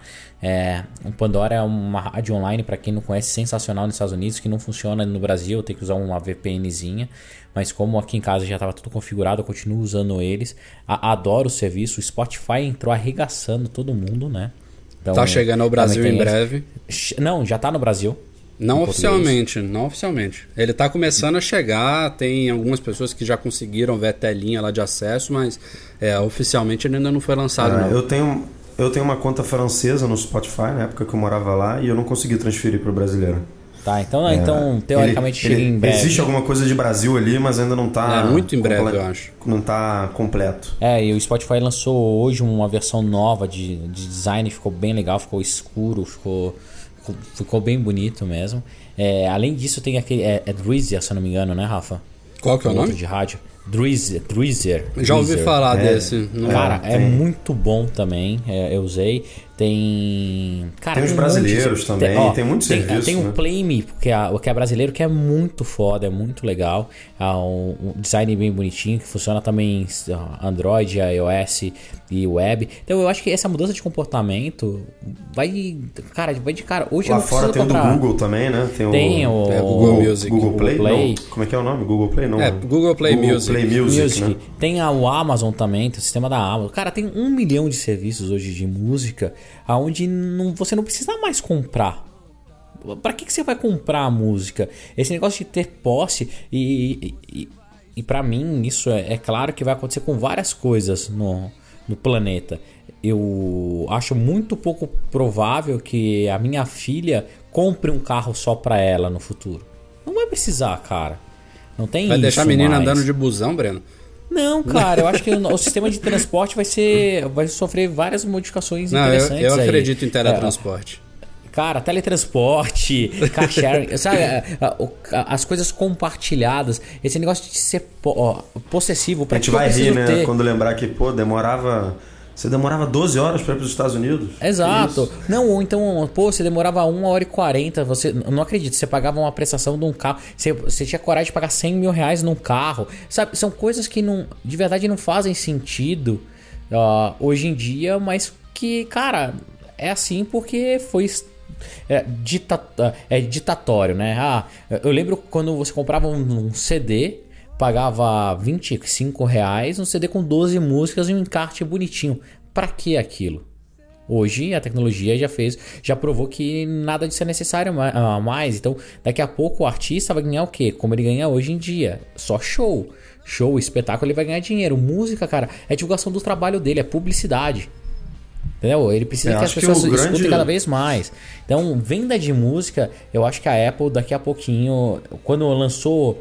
O Pandora é uma rádio online, para quem não conhece, sensacional nos Estados Unidos, que não funciona no Brasil, eu tenho que usar uma VPNzinha, mas como aqui em casa já estava tudo configurado, eu continuo usando eles. Adoro o serviço. O Spotify entrou arregaçando todo mundo, né? Então, tá chegando ao Brasil em breve. Não, já tá no Brasil. Não oficialmente. Ele tá começando a chegar, tem algumas pessoas que já conseguiram ver a telinha lá de acesso, mas oficialmente ele ainda não foi lançado, não. Eu tenho uma conta francesa no Spotify, na época que eu morava lá, e eu não consegui transferir para o brasileiro. Tá, então teoricamente chega em breve. Existe alguma coisa de Brasil ali, mas ainda não tá... muito em breve, eu acho. Não tá completo. E o Spotify lançou hoje uma versão nova de design, ficou bem legal, ficou escuro, ficou bem bonito mesmo. Além disso tem aquele... Deezer, se eu não me engano, né, Rafa? Qual que é o nome? De rádio. Deezer. Já ouvi falar desse. Cara, é muito bom também. Eu usei. Tem os brasileiros também. Tem muitos serviços. Tem o Play Me, que é brasileiro, que é muito foda, é muito legal. Um design bem bonitinho, que funciona também em Android, iOS e web. Então eu acho que essa mudança de comportamento vai de cara. Hoje lá fora tem comprar. O do Google também, né? Tem o Google Music. Google Play? Não. Como é que é o nome? Google Play? Não. Google Play Music. Play Music, né? Tem o Amazon também, tem o sistema da Amazon. Cara, tem 1 milhão de serviços hoje de música, onde você não precisa mais comprar. Pra que você vai comprar a música? Esse negócio de ter posse e pra mim isso é claro que vai acontecer com várias coisas no planeta. Eu acho muito pouco provável que a minha filha compre um carro só pra ela no futuro. Não vai precisar, cara. Não tem vai isso deixar a menina mais. andando de busão, Breno? Não, cara, eu acho que o sistema de transporte vai sofrer várias modificações interessantes. Eu acredito em teletransporte. Cara, teletransporte, car sharing, sabe? As coisas compartilhadas, esse negócio de ser possessivo. A gente vai rir, né? Quando lembrar que, você demorava 12 horas para ir para os Estados Unidos. Exato. Não, ou então, você demorava 1h40. Você não acredita, você pagava uma prestação de um carro. Você tinha coragem de pagar 100 mil reais num carro. Sabe, são coisas que de verdade não fazem sentido hoje em dia, mas que, cara, é assim porque foi ditatório, né? Eu lembro quando você comprava um CD, pagava R$25 um CD com 12 músicas e um encarte bonitinho. Pra que aquilo? Hoje a tecnologia já provou que nada disso é necessário mais. Então daqui a pouco o artista vai ganhar o quê? Como ele ganha hoje em dia, só show, espetáculo, ele vai ganhar dinheiro. Música, cara, é divulgação do trabalho dele, é publicidade. Entendeu? Ele precisa que as pessoas escutem cada vez mais. Então, venda de música, eu acho que a Apple daqui a pouquinho, quando lançou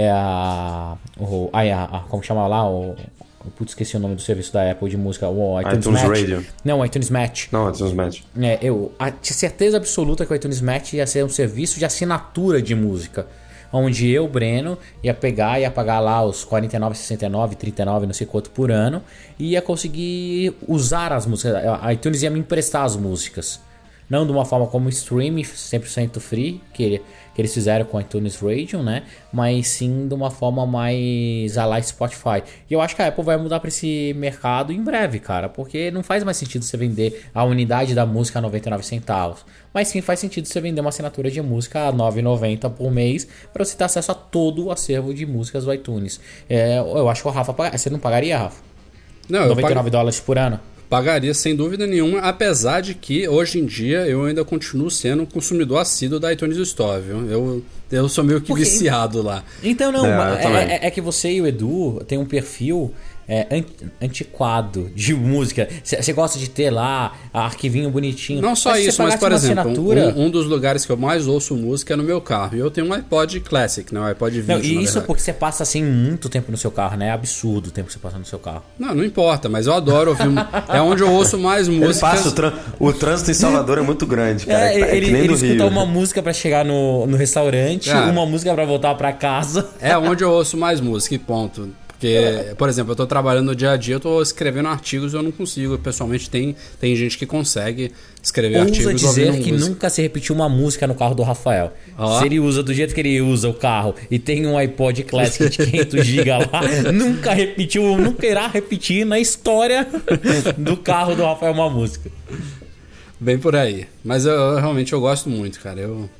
como chama lá? Putz, esqueci o nome do serviço da Apple de música. O iTunes Match. Radio. Não, o iTunes Match. Não, iTunes Match. Eu tinha certeza absoluta que o iTunes Match ia ser um serviço de assinatura de música. Onde eu, Breno, ia pagar lá os R$49,69, R$39, não sei quanto por ano, e ia conseguir usar as músicas. A iTunes ia me emprestar as músicas. Não de uma forma como streaming 100% free, que eles fizeram com o iTunes Radio, né? Mas sim de uma forma mais a lá Spotify. E eu acho que a Apple vai mudar para esse mercado em breve, cara. Porque não faz mais sentido você vender a unidade da música a 99 centavos. Mas sim faz sentido você vender uma assinatura de música a R$ 9,90 por mês para você ter acesso a todo o acervo de músicas do iTunes. Eu acho que o Rafa... Você não pagaria, Rafa? Não, $99 por ano? Pagaria sem dúvida nenhuma, apesar de que hoje em dia eu ainda continuo sendo um consumidor assíduo da iTunes Store, viu? Eu sou meio que viciado lá. Então não, é que você e o Edu tem um perfil antiquado de música. Você gosta de ter lá arquivinho bonitinho. Não só isso, mas por exemplo, um dos lugares que eu mais ouço música é no meu carro. E eu tenho um iPod Classic, né? Um iPod Video. E isso porque você passa assim muito tempo no seu carro, né? É absurdo o tempo que você passa no seu carro. Não importa, mas eu adoro ouvir. É onde eu ouço mais músicas. O trânsito em Salvador é muito grande, cara. Ele escuta uma música pra chegar no restaurante, uma música pra voltar pra casa. É onde eu ouço mais música e ponto. Porque, por exemplo, eu tô trabalhando no dia a dia, eu tô escrevendo artigos e eu não consigo. Pessoalmente, tem gente que consegue escrever artigos. Ousa dizer que nunca se repetiu uma música no carro do Rafael. Se ele usa do jeito que ele usa o carro e tem um iPod Classic de 500 GB lá, nunca irá repetir na história do carro do Rafael uma música. Bem por aí. Mas eu realmente gosto muito, cara.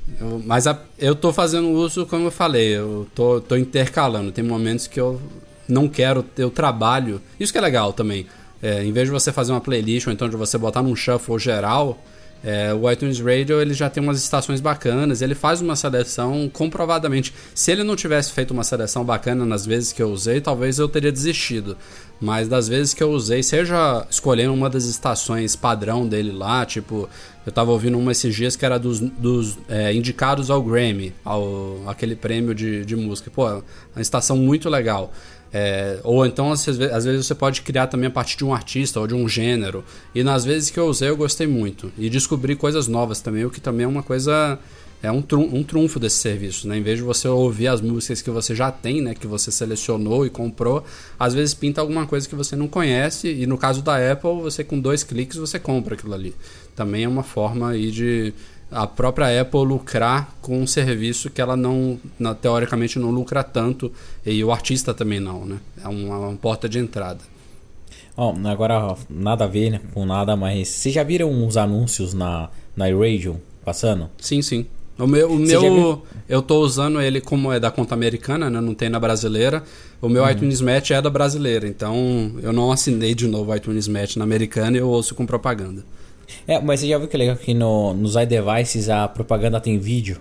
Eu tô fazendo uso, como eu falei, eu tô intercalando. Tem momentos que eu não quero ter o trabalho. Isso que é legal também. Em vez de você fazer uma playlist ou então de você botar num shuffle geral, o iTunes Radio ele já tem umas estações bacanas, ele faz uma seleção comprovadamente. Se ele não tivesse feito uma seleção bacana nas vezes que eu usei, talvez eu teria desistido. Mas das vezes que eu usei, seja escolhendo uma das estações padrão dele lá, tipo, eu tava ouvindo uma esses dias que era dos indicados ao Grammy, aquele prêmio de música. Pô, uma estação muito legal. Ou então, às vezes você pode criar também a partir de um artista ou de um gênero. E nas vezes que eu usei, eu gostei muito. E descobri coisas novas também, o que também é uma coisa... É um trunfo desse serviço, né? Em vez de você ouvir as músicas que você já tem, né? Que você selecionou e comprou, às vezes pinta alguma coisa que você não conhece. E no caso da Apple, você com 2 cliques você compra aquilo ali. Também é uma forma aí de a própria Apple lucrar com um serviço que ela teoricamente não lucra tanto, e o artista também não, né? É uma porta de entrada. Agora, nada a ver, né, com nada, mas vocês já viram os anúncios na iRadio passando? Sim. Eu tô usando ele como é da conta americana, né? Não tem na brasileira. O meu iTunes Match é da brasileira, então eu não assinei de novo o iTunes Match na americana e eu ouço com propaganda. Mas você já viu que legal que nos iDevices a propaganda tem vídeo?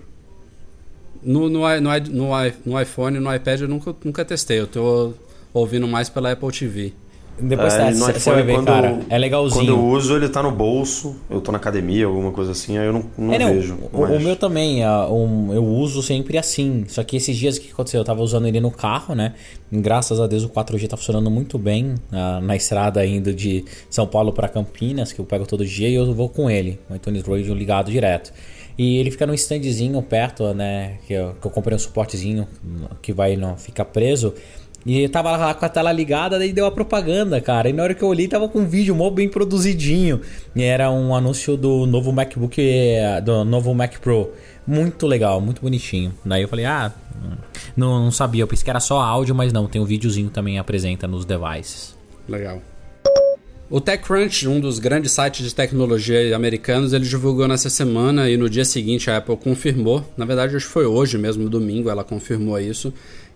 No iPhone e no iPad eu nunca testei. Eu tô ouvindo mais pela Apple TV. Depois você vai ver, cara. É legalzinho. Quando eu uso, ele tá no bolso. Eu tô na academia, alguma coisa assim. Aí eu não vejo. O meu também. Eu uso sempre assim. Só que esses dias, o que aconteceu? Eu tava usando ele no carro, né? E, graças a Deus o 4G tá funcionando muito bem na estrada indo de São Paulo pra Campinas, que eu pego todo dia, e eu vou com ele. O iTunes Radio ligado direto. E ele fica num standzinho perto, né? Que eu comprei um suportezinho que não fica preso. E eu tava lá com a tela ligada, daí deu a propaganda, cara. E na hora que eu olhei, tava com um vídeo mó bem produzidinho. E era um anúncio do novo MacBook, do novo Mac Pro. Muito legal, muito bonitinho. Daí eu falei, não sabia. Eu pensei que era só áudio, mas não. Tem um videozinho também, apresenta nos devices. Legal. O TechCrunch, um dos grandes sites de tecnologia americanos, ele divulgou nessa semana e no dia seguinte a Apple confirmou. Na verdade, acho que foi hoje mesmo, domingo, ela confirmou isso.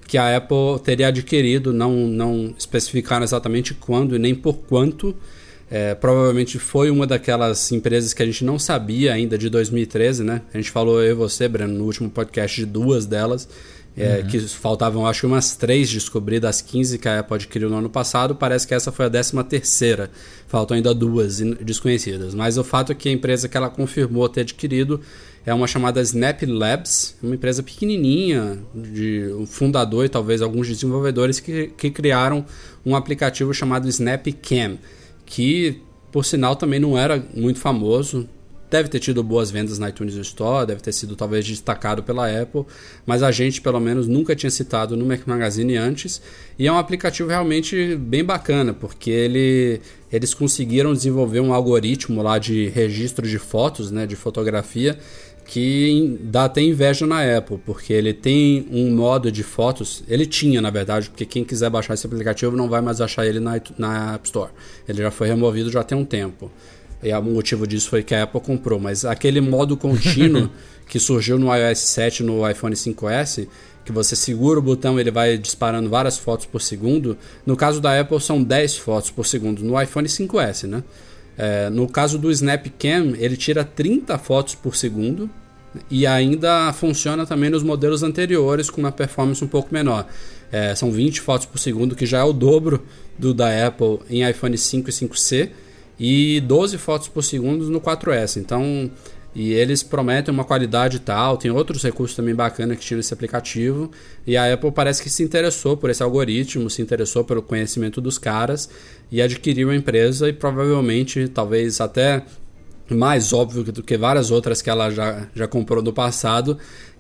que a Apple teria adquirido, não especificaram exatamente quando e nem por quanto. Provavelmente foi uma daquelas empresas que a gente não sabia ainda de 2013, né? A gente falou, eu e você, Breno, no último podcast de 2 delas, que faltavam acho que umas 3 descobrir das 15 que a Apple adquiriu no ano passado. Parece que essa foi a 13ª, faltam ainda 2 desconhecidas, mas o fato é que a empresa que ela confirmou ter adquirido é uma chamada Snap Labs, uma empresa pequenininha, de um fundador e talvez alguns desenvolvedores que criaram um aplicativo chamado Snap Cam, que por sinal também não era muito famoso. Deve ter tido boas vendas na iTunes Store, deve ter sido talvez destacado pela Apple, mas a gente pelo menos nunca tinha citado no Mac Magazine antes, e é um aplicativo realmente bem bacana, porque eles conseguiram desenvolver um algoritmo lá de registro de fotos, né, de fotografia, que dá até inveja na Apple, porque ele tem um modo de fotos, ele tinha na verdade, porque quem quiser baixar esse aplicativo não vai mais achar ele na App Store, ele já foi removido já tem um tempo. E o motivo disso foi que a Apple comprou, mas aquele modo contínuo que surgiu no iOS 7 no iPhone 5S, que você segura o botão e ele vai disparando várias fotos por segundo, no caso da Apple são 10 fotos por segundo, no iPhone 5S, né? No caso do Snap Cam, ele tira 30 fotos por segundo e ainda funciona também nos modelos anteriores com uma performance um pouco menor. São 20 fotos por segundo, que já é o dobro do da Apple em iPhone 5 e 5C, e 12 fotos por segundo no 4S. Então, e eles prometem uma qualidade tal, tem outros recursos também bacanas que tinha nesse aplicativo, e a Apple parece que se interessou por esse algoritmo, se interessou pelo conhecimento dos caras e adquiriu a empresa, e provavelmente, talvez até mais óbvio do que várias outras que ela já comprou no passado,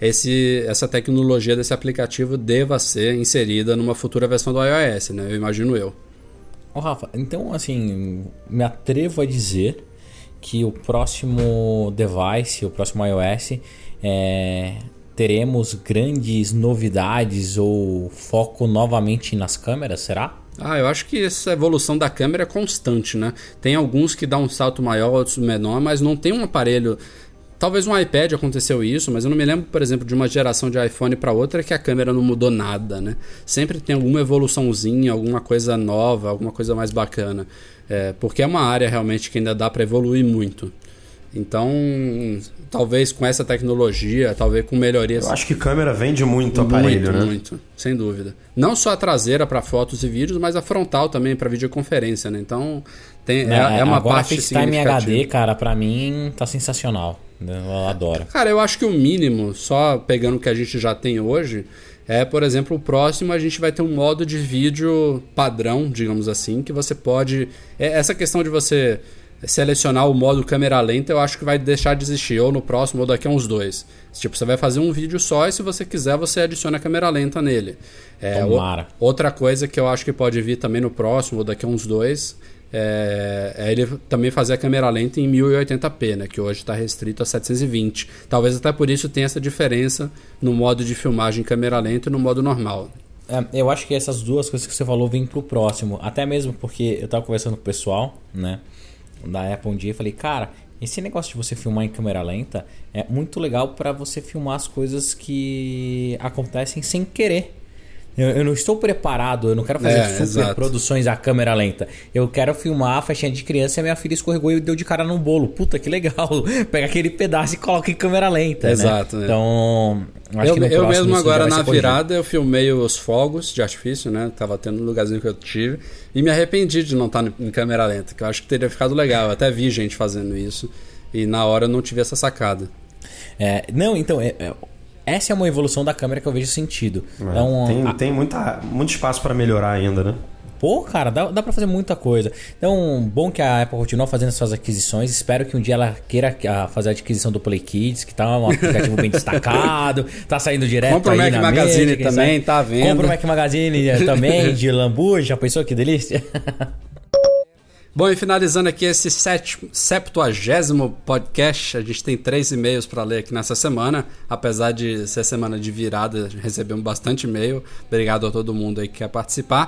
essa tecnologia desse aplicativo deva ser inserida numa futura versão do iOS, né? Eu imagino eu. Rafa, então assim, me atrevo a dizer que o próximo device, o próximo iOS, teremos grandes novidades ou foco novamente nas câmeras, será? Eu acho que essa evolução da câmera é constante, né? Tem alguns que dão um salto maior, outros menor, mas não tem um aparelho... Talvez um iPad aconteceu isso, mas eu não me lembro, por exemplo, de uma geração de iPhone para outra que a câmera não mudou nada, né? Sempre tem alguma evoluçãozinha, alguma coisa nova, alguma coisa mais bacana. Porque é uma área realmente que ainda dá para evoluir muito. Então, talvez com essa tecnologia, talvez com melhorias... Eu acho que câmera vende muito aparelho, né? Muito, sem dúvida. Não só a traseira para fotos e vídeos, mas a frontal também para videoconferência, né? Então, é uma parte significativa. FaceTime HD, cara, para mim tá sensacional. Eu adoro. Cara, eu acho que o mínimo, só pegando o que a gente já tem hoje, por exemplo, o próximo a gente vai ter um modo de vídeo padrão, digamos assim, que você pode... Essa questão de você selecionar o modo câmera lenta, eu acho que vai deixar de existir, ou no próximo, ou daqui a uns 2. Tipo, você vai fazer um vídeo só e se você quiser, você adiciona a câmera lenta nele. Outra coisa que eu acho que pode vir também no próximo, ou daqui a uns 2... ele também fazer a câmera lenta em 1080p, né, que hoje está restrito a 720. Talvez até por isso tenha essa diferença no modo de filmagem câmera lenta e no modo normal. Eu acho que essas duas coisas que você falou vêm pro próximo. Até mesmo porque eu estava conversando com o pessoal, né, da Apple um dia e falei, cara, esse negócio de você filmar em câmera lenta é muito legal para você filmar as coisas que acontecem sem querer. Eu não estou preparado, eu não quero fazer super produções à câmera lenta. Eu quero filmar a festinha de criança e a minha filha escorregou e deu de cara num bolo. Puta, que legal. Pega aquele pedaço e coloca em câmera lenta. Exato, né? Então, acho que no eu mesmo agora na virada eu filmei os fogos de artifício, né? Tava tendo um lugarzinho que eu tive. E me arrependi de não estar em câmera lenta, que eu acho que teria ficado legal. Eu até vi gente fazendo isso. E na hora eu não tive essa sacada. Essa é uma evolução da câmera que eu vejo sentido. Tem muito espaço para melhorar ainda, né? Pô, cara, dá pra fazer muita coisa. Então, bom que a Apple continua fazendo suas aquisições. Espero que um dia ela queira fazer a aquisição do Play Kids, que tá um aplicativo bem destacado. Tá saindo direto. Compra aí o Mac na Magazine mesa, também, tá vendo? Compra o Mac Magazine também, de lambu. Já pensou que delícia? Bom, e finalizando aqui esse 70º podcast, a gente tem 3 e-mails para ler aqui nessa semana, apesar de ser semana de virada, recebemos bastante e-mail, obrigado a todo mundo aí que quer participar.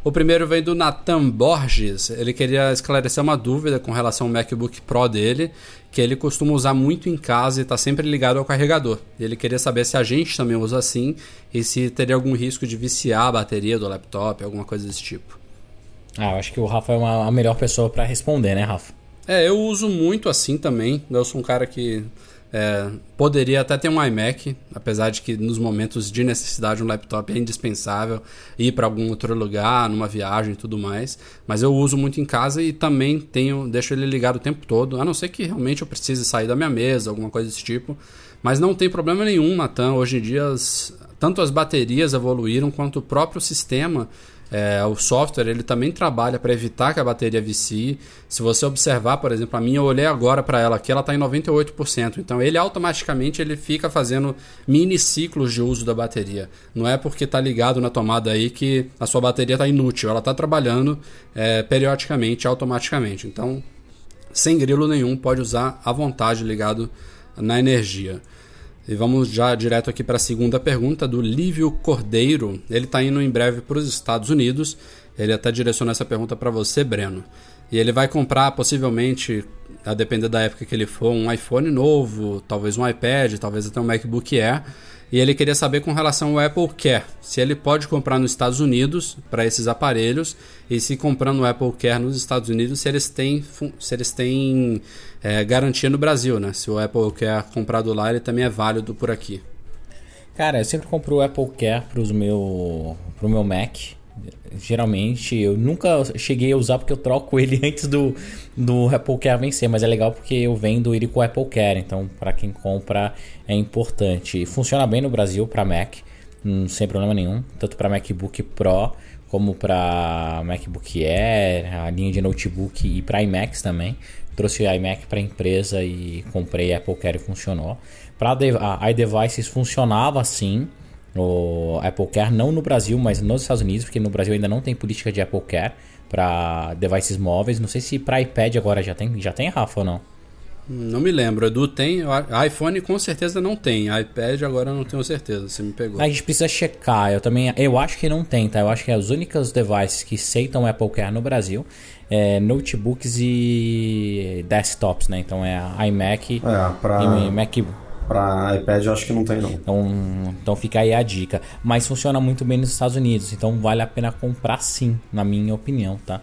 O primeiro vem do Nathan Borges. Ele queria esclarecer uma dúvida com relação ao MacBook Pro dele, que ele costuma usar muito em casa e está sempre ligado ao carregador. Ele queria saber se a gente também usa assim e se teria algum risco de viciar a bateria do laptop, alguma coisa desse tipo. Eu acho que o Rafa é a melhor pessoa para responder, né, Rafa? Eu uso muito assim também. Eu sou um cara que poderia até ter um iMac, apesar de que nos momentos de necessidade um laptop é indispensável, ir para algum outro lugar, numa viagem e tudo mais, mas eu uso muito em casa e também deixo ele ligado o tempo todo, a não ser que realmente eu precise sair da minha mesa, alguma coisa desse tipo, mas não tem problema nenhum, Nathan. Hoje em dia tanto as baterias evoluíram quanto o próprio sistema. O software ele também trabalha para evitar que a bateria vicie. Se você observar, por exemplo, a minha, eu olhei agora para ela aqui, ela está em 98%. Então ele automaticamente fica fazendo mini ciclos de uso da bateria. Não é porque está ligado na tomada aí que a sua bateria está inútil. Ela está trabalhando periodicamente, automaticamente. Então, sem grilo nenhum, pode usar à vontade ligado na energia. E vamos já direto aqui para a segunda pergunta do Lívio Cordeiro. Ele está indo em breve para os Estados Unidos. Ele até direcionou essa pergunta para você, Breno. E ele vai comprar, possivelmente, a depender da época que ele for, um iPhone novo, talvez um iPad, talvez até um MacBook Air. E ele queria saber com relação ao Apple Care, se ele pode comprar nos Estados Unidos para esses aparelhos, e se comprando o Apple Care nos Estados Unidos, se eles têm garantia no Brasil, né? Se o Apple Care comprado lá, ele também é válido por aqui. Cara, eu sempre compro o Apple Care pro meu Mac. Geralmente, eu nunca cheguei a usar porque eu troco ele antes do Apple Care vencer, mas é legal porque eu vendo ele com o Apple Care, então para quem compra é importante. Funciona bem no Brasil para Mac, sem problema nenhum, tanto para MacBook Pro como para MacBook Air, a linha de notebook, e para iMacs também. Trouxe o iMac para a empresa e comprei Apple Care e funcionou. Para iDevices funcionava assim. O Apple Care, não no Brasil, mas nos Estados Unidos, porque no Brasil ainda não tem política de Apple Care para devices móveis. Não sei se para iPad agora já tem, Rafa, ou não? Não me lembro. Edu tem, iPhone com certeza não tem, iPad agora eu não tenho certeza, você me pegou. A gente precisa checar, eu acho que não tem, tá? Eu acho que os únicos devices que aceitam Apple Care no Brasil notebooks e desktops, né? Então é iMac e Mac. Para iPad eu acho que não tem não. Então fica aí a dica. Mas funciona muito bem nos Estados Unidos, então vale a pena comprar sim, na minha opinião, tá?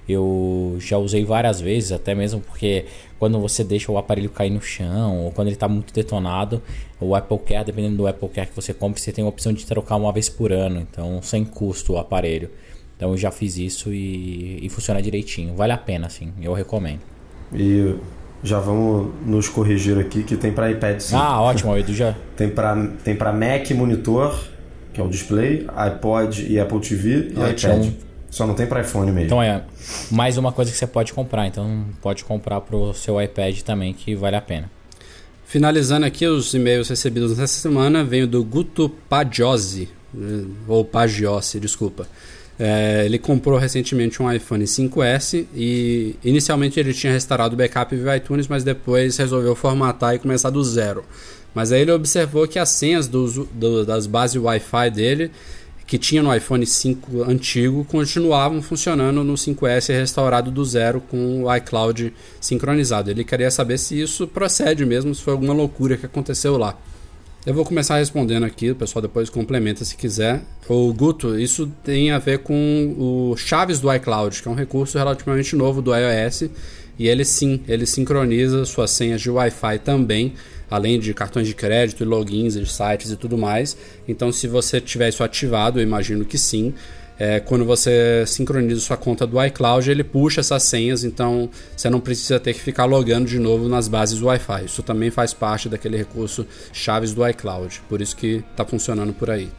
Eu já usei várias vezes, até mesmo porque quando você deixa o aparelho cair no chão ou quando ele está muito detonado, o Apple Care, dependendo do Apple Care que você compra, você tem a opção de trocar uma vez por ano, então sem custo o aparelho. Então eu já fiz isso e funciona direitinho, vale a pena sim, eu recomendo. E já vamos nos corrigir aqui que tem para iPad sim. Ótimo, o Edu já... Tem para Mac monitor, que é o display, iPod e Apple TV e iPad. Só não tem para iPhone mesmo. Então mais uma coisa que você pode comprar. Então pode comprar pro seu iPad também, que vale a pena. Finalizando aqui os e-mails recebidos nessa semana, veio do Guto Pagiossi, ou Pagiossi, desculpa. Ele comprou recentemente um iPhone 5S e inicialmente ele tinha restaurado o backup via iTunes, mas depois resolveu formatar e começar do zero. Mas aí ele observou que as senhas das bases Wi-Fi dele, que tinha no iPhone 5 antigo, continuavam funcionando no 5S restaurado do zero com o iCloud sincronizado. Ele queria saber se isso procede mesmo, se foi alguma loucura que aconteceu lá. Eu vou começar respondendo aqui, o pessoal depois complementa se quiser. O Guto, isso tem a ver com o Chaves do iCloud, que é um recurso relativamente novo do iOS, e ele sincroniza suas senhas de Wi-Fi também, além de cartões de crédito e logins de sites e tudo mais. Então, se você tiver isso ativado, eu imagino que sim. Quando você sincroniza sua conta do iCloud, ele puxa essas senhas, então você não precisa ter que ficar logando de novo nas bases Wi-Fi. Isso também faz parte daquele recurso chaves do iCloud, por isso que está funcionando por aí.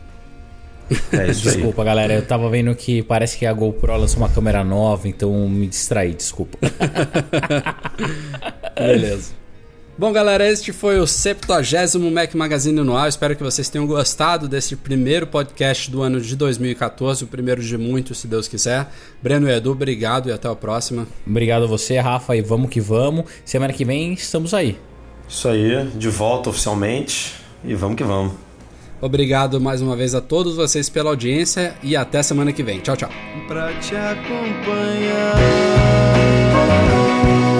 Desculpa, galera, eu tava vendo que parece que a GoPro lançou uma câmera nova, então me distraí, desculpa. Beleza. Bom, galera, este foi o 70º Mac Magazine no ar. Espero que vocês tenham gostado desse primeiro podcast do ano de 2014, o primeiro de muitos, se Deus quiser. Breno e Edu, obrigado e até a próxima. Obrigado a você, Rafa, e vamos que vamos. Semana que vem estamos aí. Isso aí, de volta oficialmente e vamos que vamos. Obrigado mais uma vez a todos vocês pela audiência e até semana que vem. Tchau, tchau. Pra te acompanhar.